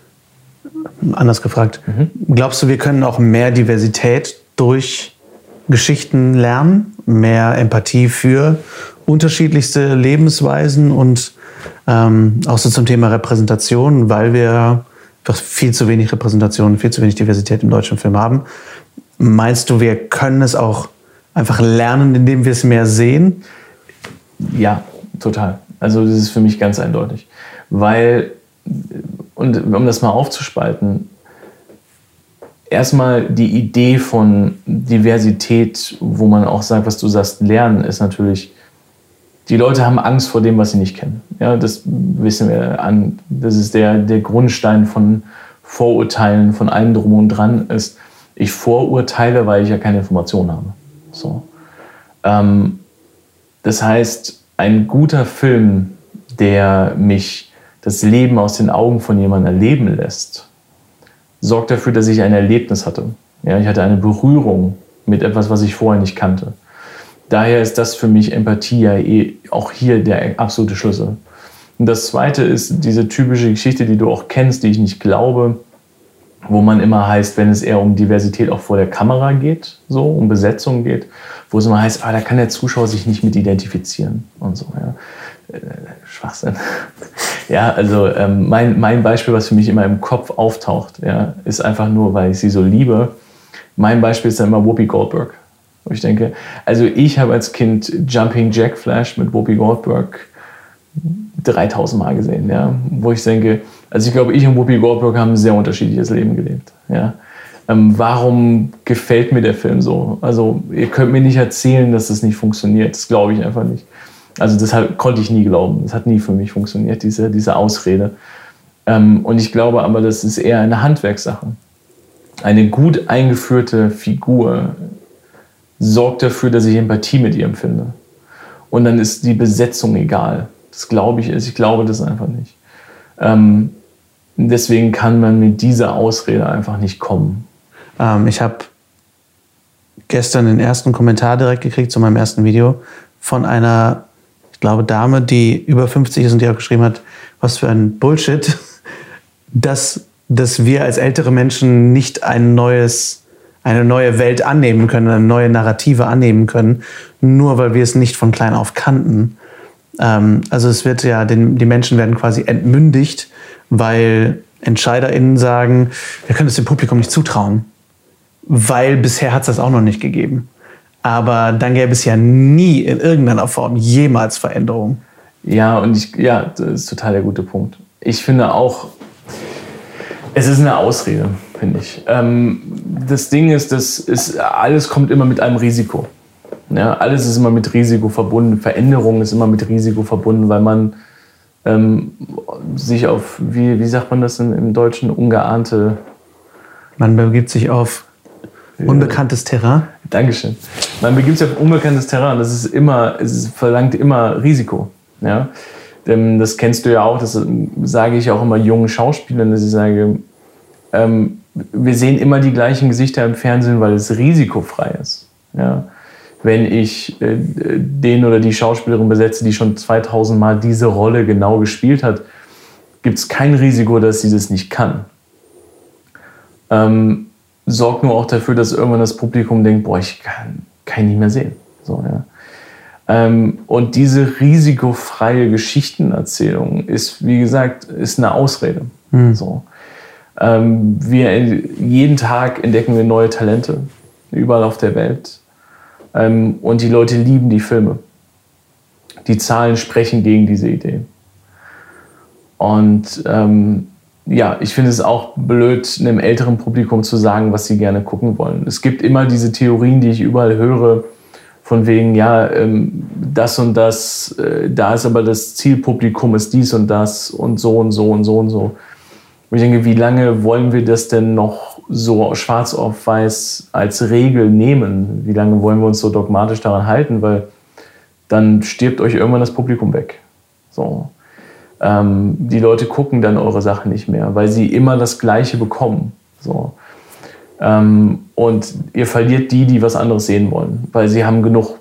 anders gefragt, glaubst du, wir können auch mehr Diversität durch Geschichten lernen, mehr Empathie für unterschiedlichste Lebensweisen und auch so zum Thema Repräsentation, weil wir einfach viel zu wenig Repräsentation, viel zu wenig Diversität im deutschen Film haben. Meinst du, wir können es auch einfach lernen, indem wir es mehr sehen? Ja, total. Also das ist für mich ganz eindeutig. Weil, und um das mal aufzuspalten, erstmal die Idee von Diversität, wo man auch sagt, was du sagst, lernen, ist natürlich, die Leute haben Angst vor dem, was sie nicht kennen. Ja, das wissen wir an. Das ist der Grundstein von Vorurteilen, von allem drum und dran ist, ich vorurteile, weil ich ja keine Informationen habe. So. Das heißt, ein guter Film, der mich das Leben aus den Augen von jemandem erleben lässt, sorgt dafür, dass ich ein Erlebnis hatte. Ja, ich hatte eine Berührung mit etwas, was ich vorher nicht kannte. Daher ist das für mich Empathie ja auch hier der absolute Schlüssel. Und das Zweite ist diese typische Geschichte, die du auch kennst, die ich nicht glaube, wo man immer heißt, wenn es eher um Diversität auch vor der Kamera geht, so um Besetzung geht, wo es immer heißt, da kann der Zuschauer sich nicht mit identifizieren und so. Ja. Schwachsinn. Ja, also mein Beispiel, was für mich immer im Kopf auftaucht, ja, ist einfach nur, weil ich sie so liebe. Mein Beispiel ist dann immer Whoopi Goldberg. Wo ich denke, also ich habe als Kind Jumping Jack Flash mit Whoopi Goldberg 3000 Mal gesehen, ja, wo ich denke, also ich glaube, ich und Whoopi Goldberg haben ein sehr unterschiedliches Leben gelebt, ja. Warum gefällt mir der Film so? Also ihr könnt mir nicht erzählen, dass das nicht funktioniert, das glaube ich einfach nicht. Also das konnte ich nie glauben, das hat nie für mich funktioniert, diese Ausrede. Und ich glaube aber, das ist eher eine Handwerkssache. Eine gut eingeführte Figur sorgt dafür, dass ich Empathie mit ihr empfinde. Und dann ist die Besetzung egal. Das glaube ich, ich glaube das einfach nicht. Deswegen kann man mit dieser Ausrede einfach nicht kommen. Ich habe gestern den ersten Kommentar direkt gekriegt zu meinem ersten Video von einer, ich glaube, Dame, die über 50 ist und die auch geschrieben hat, was für ein Bullshit, dass wir als ältere Menschen nicht eine neue Welt annehmen können, eine neue Narrative annehmen können, nur weil wir es nicht von klein auf kannten. Also es wird ja, die Menschen werden quasi entmündigt, weil EntscheiderInnen sagen, wir können es dem Publikum nicht zutrauen, weil bisher hat es das auch noch nicht gegeben. Aber dann gäbe es ja nie in irgendeiner Form jemals Veränderung. Ja, das ist total der gute Punkt. Ich finde auch, es ist eine Ausrede, finde ich. Das Ding ist, alles kommt immer mit einem Risiko. Ja, alles ist immer mit Risiko verbunden. Veränderung ist immer mit Risiko verbunden, weil man sich auf, wie sagt man das im Deutschen, ungeahnte... Man begibt sich auf unbekanntes Terrain. Dankeschön. Man begibt sich auf unbekanntes Terrain. Es verlangt immer Risiko. Ja? Das kennst du ja auch, das sage ich auch immer jungen Schauspielern, dass ich sage, wir sehen immer die gleichen Gesichter im Fernsehen, weil es risikofrei ist. Ja? Wenn ich den oder die Schauspielerin besetze, die schon 2000 Mal diese Rolle genau gespielt hat, gibt es kein Risiko, dass sie das nicht kann. Sorgt nur auch dafür, dass irgendwann das Publikum denkt, boah, ich kann ihn nicht mehr sehen. So, ja. Und diese risikofreie Geschichtenerzählung ist, wie gesagt, ist eine Ausrede. So. Jeden Tag entdecken wir neue Talente, überall auf der Welt. Und die Leute lieben die Filme. Die Zahlen sprechen gegen diese Idee. Und ich finde es auch blöd, einem älteren Publikum zu sagen, was sie gerne gucken wollen. Es gibt immer diese Theorien, die ich überall höre, von wegen, das und das, da ist aber das Zielpublikum ist dies und das und so und so und so und so. Und ich denke, wie lange wollen wir das denn noch so schwarz auf weiß als Regel nehmen? Wie lange wollen wir uns so dogmatisch daran halten? Weil dann stirbt euch irgendwann das Publikum weg. So. Die Leute gucken dann eure Sachen nicht mehr, weil sie immer das Gleiche bekommen. So. Und ihr verliert die was anderes sehen wollen, weil ihr habt genug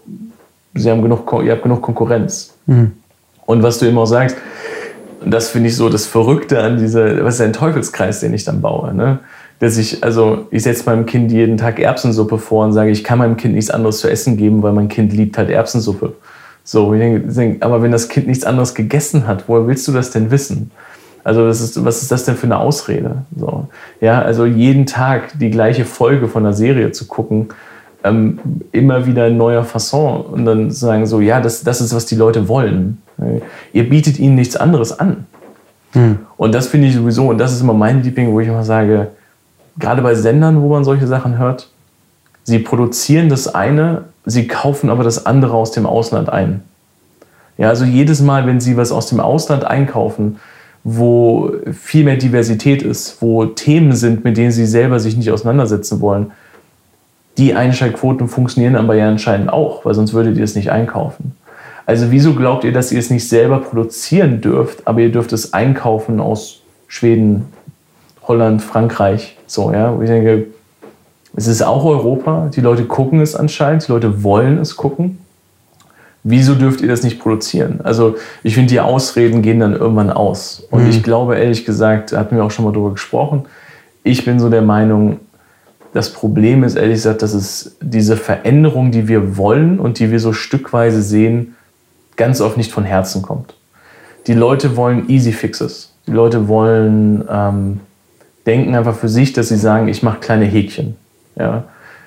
Konkurrenz. Und was du immer auch sagst, das finde ich so das Verrückte an was ist ein Teufelskreis, den ich dann baue, ne? Dass ich setze meinem Kind jeden Tag Erbsensuppe vor und sage, ich kann meinem Kind nichts anderes zu essen geben, weil mein Kind liebt halt Erbsensuppe. So, ich denke, aber wenn das Kind nichts anderes gegessen hat, woher willst du das denn wissen? Also was ist das denn für eine Ausrede? So, ja, also jeden Tag die gleiche Folge von einer Serie zu gucken, immer wieder in neuer Fasson und dann sagen so, ja, das ist, was die Leute wollen. Ihr bietet ihnen nichts anderes an. Und das finde ich sowieso, und das ist immer mein Liebling, wo ich immer sage, gerade bei Sendern, wo man solche Sachen hört, sie produzieren das eine, sie kaufen aber das andere aus dem Ausland ein. Ja, also jedes Mal, wenn sie was aus dem Ausland einkaufen, wo viel mehr Diversität ist, wo Themen sind, mit denen sie selber sich nicht auseinandersetzen wollen, die Einschaltquoten funktionieren aber ja anscheinend auch, weil sonst würdet ihr es nicht einkaufen. Also wieso glaubt ihr, dass ihr es nicht selber produzieren dürft, aber ihr dürft es einkaufen aus Schweden, Holland, Frankreich? So, ja, wo ich denke, es ist auch Europa, die Leute gucken es anscheinend, die Leute wollen es gucken. Wieso dürft ihr das nicht produzieren? Also ich finde, die Ausreden gehen dann irgendwann aus. Und ich glaube, ehrlich gesagt, hatten wir auch schon mal darüber gesprochen, ich bin so der Meinung, das Problem ist, ehrlich gesagt, dass es diese Veränderung, die wir wollen und die wir so stückweise sehen, ganz oft nicht von Herzen kommt. Die Leute wollen Easy Fixes. Die Leute wollen denken einfach für sich, dass sie sagen, ich mache kleine Häkchen. Ja?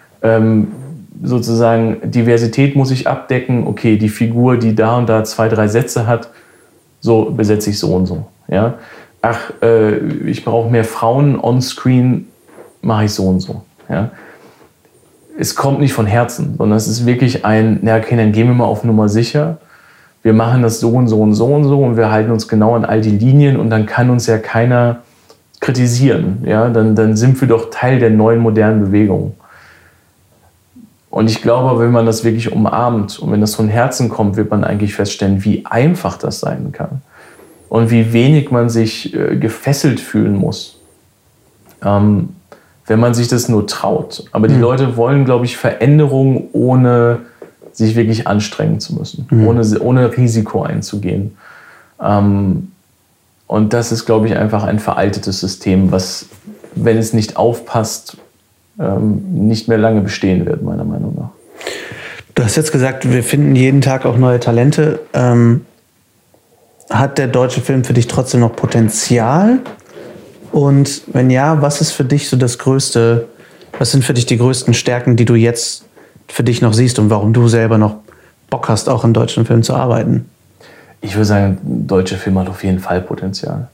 Sozusagen Diversität muss ich abdecken. Okay, die Figur, die da und da 2, 3 Sätze hat, so besetze ich so und so. Ja? Ich brauche mehr Frauen on-screen, mache ich so und so. Ja? Es kommt nicht von Herzen, sondern es ist wirklich okay, dann gehen wir mal auf Nummer sicher. Wir machen das so und so und so und so und wir halten uns genau an all die Linien und dann kann uns ja keiner kritisieren. Ja? Dann sind wir doch Teil der neuen modernen Bewegung. Und ich glaube, wenn man das wirklich umarmt und wenn das von Herzen kommt, wird man eigentlich feststellen, wie einfach das sein kann und wie wenig man sich gefesselt fühlen muss, wenn man sich das nur traut. Aber die Leute wollen, glaube ich, Veränderung, ohne sich wirklich anstrengen zu müssen, ohne Risiko einzugehen. Und das ist, glaube ich, einfach ein veraltetes System, was, wenn es nicht aufpasst, nicht mehr lange bestehen wird, meiner Meinung nach. Du hast jetzt gesagt, wir finden jeden Tag auch neue Talente. hat der deutsche Film für dich trotzdem noch Potenzial? Und wenn ja, was ist für dich so das Größte, was sind für dich die größten Stärken, die du jetzt für dich noch siehst und warum du selber noch Bock hast, auch in deutschen Filmen zu arbeiten? Ich würde sagen, deutsche Film hat auf jeden Fall Potenzial.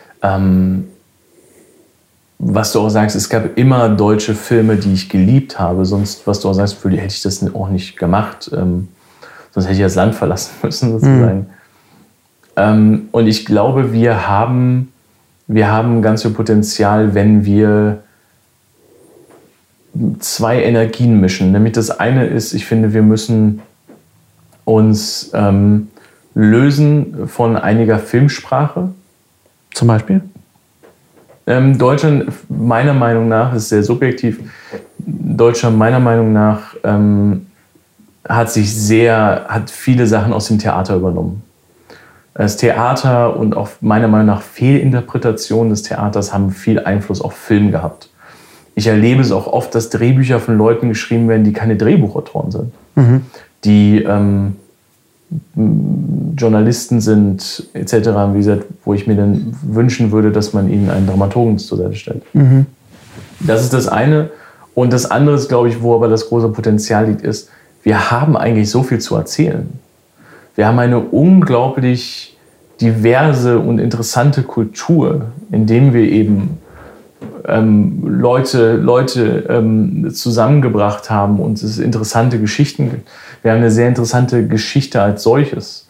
Was du auch sagst, es gab immer deutsche Filme, die ich geliebt habe. Sonst, was du auch sagst, hätte ich das auch nicht gemacht. Sonst hätte ich das Land verlassen müssen, sozusagen. Und ich glaube, wir haben ganz viel Potenzial, wenn wir zwei Energien mischen. Nämlich das eine ist, ich finde, wir müssen uns lösen von einiger Filmsprache. Zum Beispiel? Deutschland, meiner Meinung nach, ist sehr subjektiv, Deutschland meiner Meinung nach hat viele Sachen aus dem Theater übernommen. Das Theater und auch meiner Meinung nach Fehlinterpretationen des Theaters haben viel Einfluss auf Film gehabt. Ich erlebe es auch oft, dass Drehbücher von Leuten geschrieben werden, die keine Drehbuchautoren sind. Mhm. Die Journalisten sind etc., wie gesagt, wo ich mir dann wünschen würde, dass man ihnen einen Dramaturgen zur Seite stellt. Mhm. Das ist das eine. Und das andere ist, glaube ich, wo aber das große Potenzial liegt, ist, wir haben eigentlich so viel zu erzählen. Wir haben eine unglaublich diverse und interessante Kultur, in dem wir eben Leute zusammengebracht haben und es interessante Geschichten gibt. Wir haben eine sehr interessante Geschichte als solches.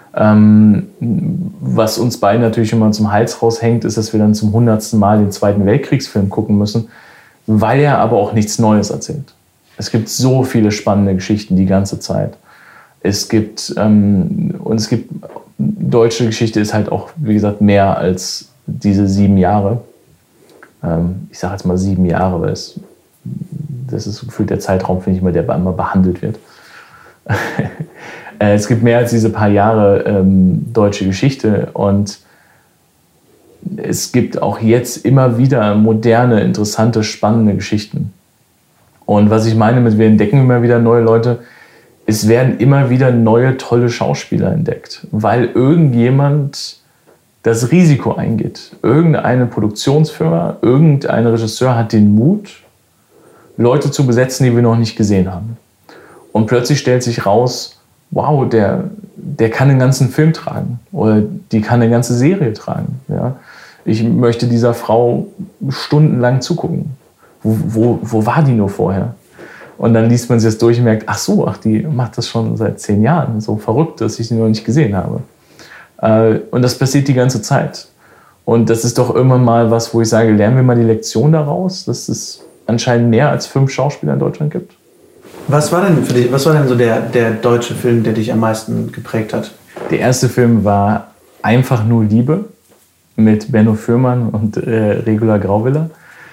Was uns beiden natürlich immer zum Hals raushängt, ist, dass wir dann zum 100. Mal den Zweiten Weltkriegsfilm gucken müssen, weil er aber auch nichts Neues erzählt. Es gibt so viele spannende Geschichten die ganze Zeit. Deutsche Geschichte ist halt auch, wie gesagt, mehr als diese 7 Jahre. Ich sage jetzt mal 7 Jahre, weil das ist so gefühlt der Zeitraum, finde ich mal, der immer behandelt wird. Es gibt mehr als diese paar Jahre deutsche Geschichte und es gibt auch jetzt immer wieder moderne, interessante, spannende Geschichten. Und was ich meine mit, wir entdecken immer wieder neue Leute, es werden immer wieder neue, tolle Schauspieler entdeckt, weil irgendjemand das Risiko eingeht. Irgendeine Produktionsfirma, irgendein Regisseur hat den Mut, Leute zu besetzen, die wir noch nicht gesehen haben. Und plötzlich stellt sich raus, wow, der kann einen ganzen Film tragen oder die kann eine ganze Serie tragen. Ja? Ich möchte dieser Frau stundenlang zugucken. Wo war die nur vorher? Und dann liest man sich das durch und merkt, die macht das schon seit 10 Jahren. So verrückt, dass ich sie noch nicht gesehen habe. Und das passiert die ganze Zeit. Und das ist doch irgendwann mal was, wo ich sage, lernen wir mal die Lektion daraus, dass es anscheinend mehr als 5 Schauspieler in Deutschland gibt. Was war denn für dich, so der deutsche Film, der dich am meisten geprägt hat? Der erste Film war Einfach nur Liebe mit Benno Fürmann und Regula Grauwiller.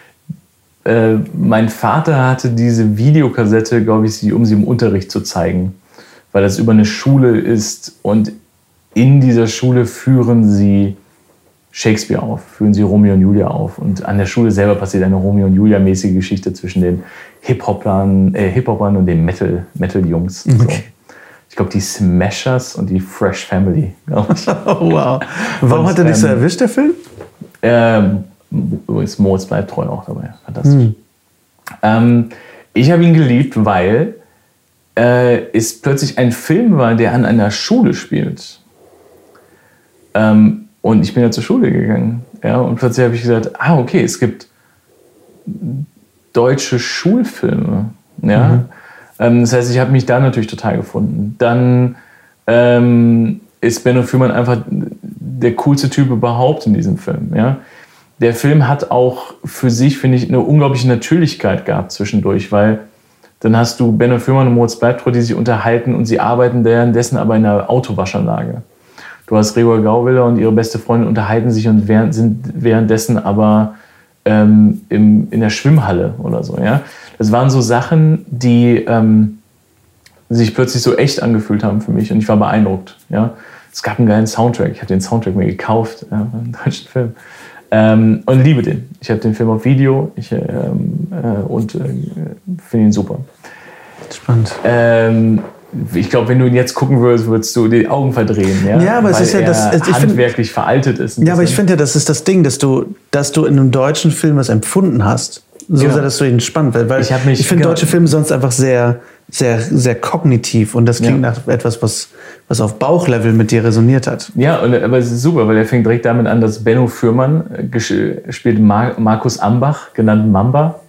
Mein Vater hatte diese Videokassette, glaube ich, um sie im Unterricht zu zeigen, weil das über eine Schule ist und in dieser Schule führen sie Shakespeare auf, führen sie Romeo und Julia auf. Und an der Schule selber passiert eine Romeo und Julia-mäßige Geschichte zwischen den Hip-Hopern und den Metal-Jungs. Okay. So. Ich glaube, die Smashers und die Fresh Family. Oh, wow. Warum hat er dich so erwischt, der Film? Übrigens, Moritz bleibt treu auch dabei. Fantastisch. Ich habe ihn geliebt, weil es plötzlich ein Film war, der an einer Schule spielt. Und ich bin ja zur Schule gegangen. Ja, und plötzlich habe ich gesagt, okay, es gibt deutsche Schulfilme. Ja? Das heißt, ich habe mich da natürlich total gefunden. Dann ist Benno Fürmann einfach der coolste Typ überhaupt in diesem Film. Ja? Der Film hat auch für sich, finde ich, eine unglaubliche Natürlichkeit gehabt zwischendurch, weil dann hast du Benno Fürmann und Moritz Bleibtreu, die sich unterhalten und sie arbeiten währenddessen aber in einer Autowaschanlage. Du hast Regula Grauwiller und ihre beste Freundin unterhalten sich und sind währenddessen aber in der Schwimmhalle oder so. Ja? Das waren so Sachen, die sich plötzlich so echt angefühlt haben für mich und ich war beeindruckt. Ja? Es gab einen geilen Soundtrack. Ich habe den Soundtrack mir gekauft, einen deutschen Film. Und liebe den. Ich habe den Film auf Video finde ihn super. Spannend. ich glaube, wenn du ihn jetzt gucken würdest, würdest du die Augen verdrehen. Ja, aber es ist ja handwerklich veraltet ist. Ja, aber ich finde ja, das ist das Ding, dass du in einem deutschen Film was empfunden hast. So sehr, dass du ihn spannend wird. Weil ich finde deutsche Filme sonst einfach sehr, sehr, sehr kognitiv. Und das klingt nach etwas, was auf Bauchlevel mit dir resoniert hat. Ja, aber es ist super, weil er fängt direkt damit an, dass Benno Fürmann spielt Markus Ambach, genannt Mamba.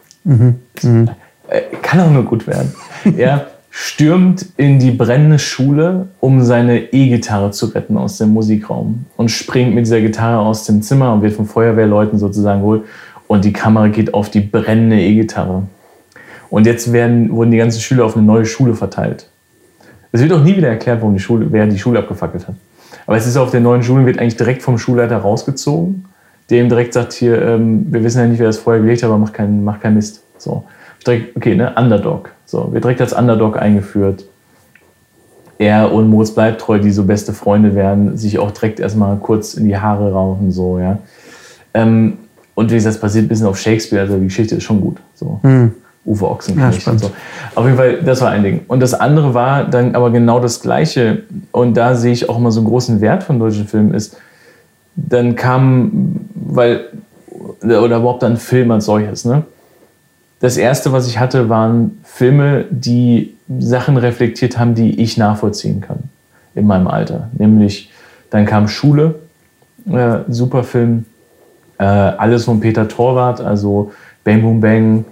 Kann auch nur gut werden. Er stürmt in die brennende Schule, um seine E-Gitarre zu retten aus dem Musikraum. Und springt mit dieser Gitarre aus dem Zimmer und wird von Feuerwehrleuten sozusagen geholt. Und die Kamera geht auf die brennende E-Gitarre. Und jetzt wurden die ganzen Schüler auf eine neue Schule verteilt. Es wird auch nie wieder erklärt, wer die Schule abgefackelt hat. Aber es ist auf der neuen Schule, wird eigentlich direkt vom Schulleiter rausgezogen, der ihm direkt sagt, hier, wir wissen ja nicht, wer das Feuer gelegt hat, aber mach keinen Mist. So. Direkt, okay, ne, Underdog. So, wird direkt als Underdog eingeführt. Er und Moritz Bleibtreu, die so beste Freunde werden, sich auch direkt erstmal kurz in die Haare rauchen, so, ja. Und wie gesagt, das basiert ein bisschen auf Shakespeare, also die Geschichte ist schon gut. So. Uwe Ochsenknecht und so. Auf jeden Fall, das war ein Ding. Und das andere war dann aber genau das Gleiche. Und da sehe ich auch immer so einen großen Wert von deutschen Filmen ist, dann oder überhaupt dann Film als solches, ne? Das erste, was ich hatte, waren Filme, die Sachen reflektiert haben, die ich nachvollziehen kann in meinem Alter. Nämlich, dann kam Schule, super Film, alles von Peter Torwart, also Bang Boom Bang,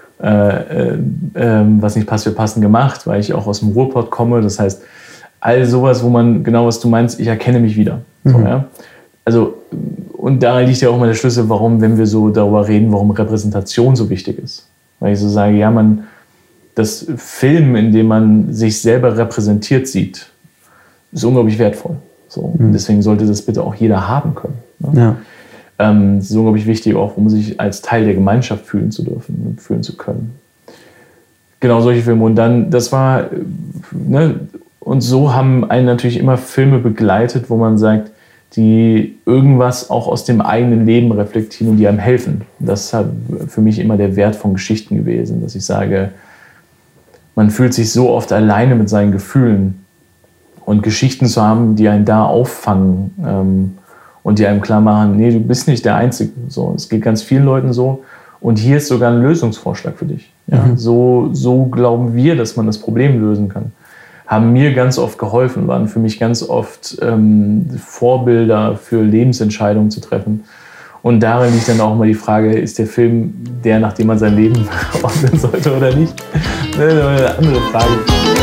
was nicht passt, wird passend gemacht, weil ich auch aus dem Ruhrpott komme. Das heißt, all sowas, wo man genau, was du meinst, ich erkenne mich wieder. So, ja? Also, und daran liegt ja auch mal der Schlüssel, warum, wenn wir so darüber reden, warum Repräsentation so wichtig ist. Weil ich so sage, ja, das Film, in dem man sich selber repräsentiert sieht, ist unglaublich wertvoll. So. Und deswegen sollte das bitte auch jeder haben können. Ne? Ja. Das ist unglaublich wichtig, auch um sich als Teil der Gemeinschaft fühlen zu dürfen und fühlen zu können. Genau solche Filme. Und dann, das war, ne, und so haben einen natürlich immer Filme begleitet, wo man sagt, die irgendwas auch aus dem eigenen Leben reflektieren und die einem helfen. Das hat für mich immer der Wert von Geschichten gewesen, dass ich sage, man fühlt sich so oft alleine mit seinen Gefühlen und Geschichten zu haben, die einen da auffangen, und die einem klar machen, nee, du bist nicht der Einzige. So, es geht ganz vielen Leuten so. Und hier ist sogar ein Lösungsvorschlag für dich. Ja, so glauben wir, dass man das Problem lösen kann. Haben mir ganz oft geholfen, waren für mich ganz oft Vorbilder für Lebensentscheidungen zu treffen. Und darin liegt dann auch mal die Frage, ist der Film der, nach dem man sein Leben ordnen sollte oder nicht? Eine andere Frage.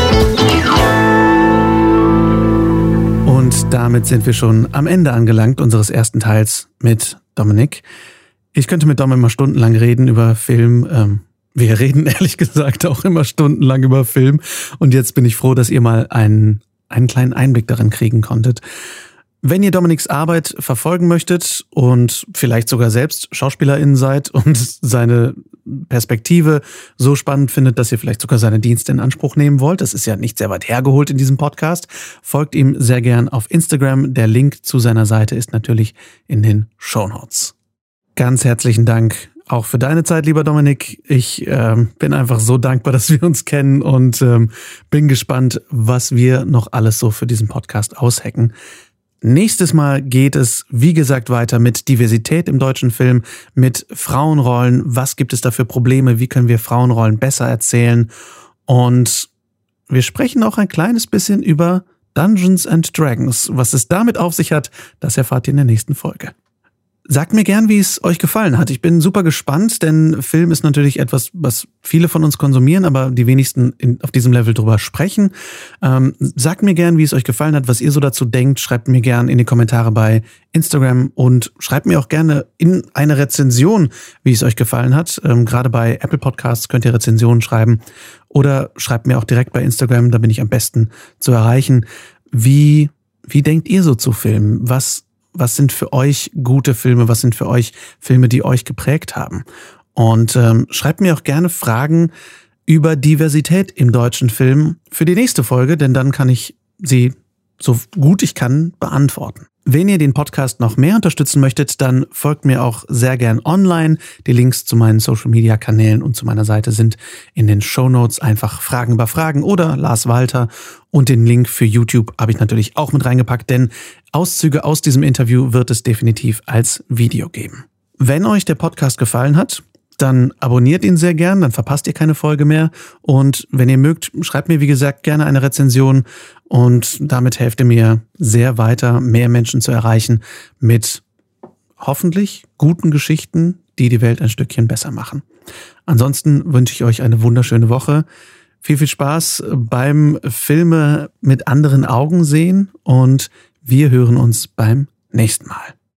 Und damit sind wir schon am Ende angelangt unseres ersten Teils mit Dominik. Ich könnte mit Dom immer stundenlang reden über Film. Wir reden ehrlich gesagt auch immer stundenlang über Film. Und jetzt bin ich froh, dass ihr mal einen kleinen Einblick darin kriegen konntet. Wenn ihr Dominiks Arbeit verfolgen möchtet und vielleicht sogar selbst SchauspielerInnen seid und seine Perspektive so spannend findet, dass ihr vielleicht sogar seine Dienste in Anspruch nehmen wollt, das ist ja nicht sehr weit hergeholt in diesem Podcast, folgt ihm sehr gern auf Instagram. Der Link zu seiner Seite ist natürlich in den Shownotes. Ganz herzlichen Dank auch für deine Zeit, lieber Dominik. Ich bin einfach so dankbar, dass wir uns kennen und bin gespannt, was wir noch alles so für diesen Podcast aushacken. Nächstes Mal geht es, wie gesagt, weiter mit Diversität im deutschen Film, mit Frauenrollen. Was gibt es da für Probleme? Wie können wir Frauenrollen besser erzählen? Und wir sprechen auch ein kleines bisschen über Dungeons and Dragons. Was es damit auf sich hat, das erfahrt ihr in der nächsten Folge. Sagt mir gern, wie es euch gefallen hat. Ich bin super gespannt, denn Film ist natürlich etwas, was viele von uns konsumieren, aber die wenigsten auf diesem Level drüber sprechen. Sagt mir gern, wie es euch gefallen hat, was ihr so dazu denkt. Schreibt mir gern in die Kommentare bei Instagram und schreibt mir auch gerne in eine Rezension, wie es euch gefallen hat. Gerade bei Apple Podcasts könnt ihr Rezensionen schreiben oder schreibt mir auch direkt bei Instagram, da bin ich am besten zu erreichen. Wie denkt ihr so zu Filmen? Was sind für euch gute Filme? Was sind für euch Filme, die euch geprägt haben? Und schreibt mir auch gerne Fragen über Diversität im deutschen Film für die nächste Folge, denn dann kann ich sie so gut ich kann beantworten. Wenn ihr den Podcast noch mehr unterstützen möchtet, dann folgt mir auch sehr gern online. Die Links zu meinen Social-Media-Kanälen und zu meiner Seite sind in den Shownotes. Einfach Fragen über Fragen oder Lars Walter. Und den Link für YouTube habe ich natürlich auch mit reingepackt, denn Auszüge aus diesem Interview wird es definitiv als Video geben. Wenn euch der Podcast gefallen hat, dann abonniert ihn sehr gern, dann verpasst ihr keine Folge mehr. Und wenn ihr mögt, schreibt mir, wie gesagt, gerne eine Rezension. Und damit helft ihr mir sehr weiter, mehr Menschen zu erreichen mit hoffentlich guten Geschichten, die die Welt ein Stückchen besser machen. Ansonsten wünsche ich euch eine wunderschöne Woche. Viel Spaß beim Filme mit anderen Augen sehen und wir hören uns beim nächsten Mal.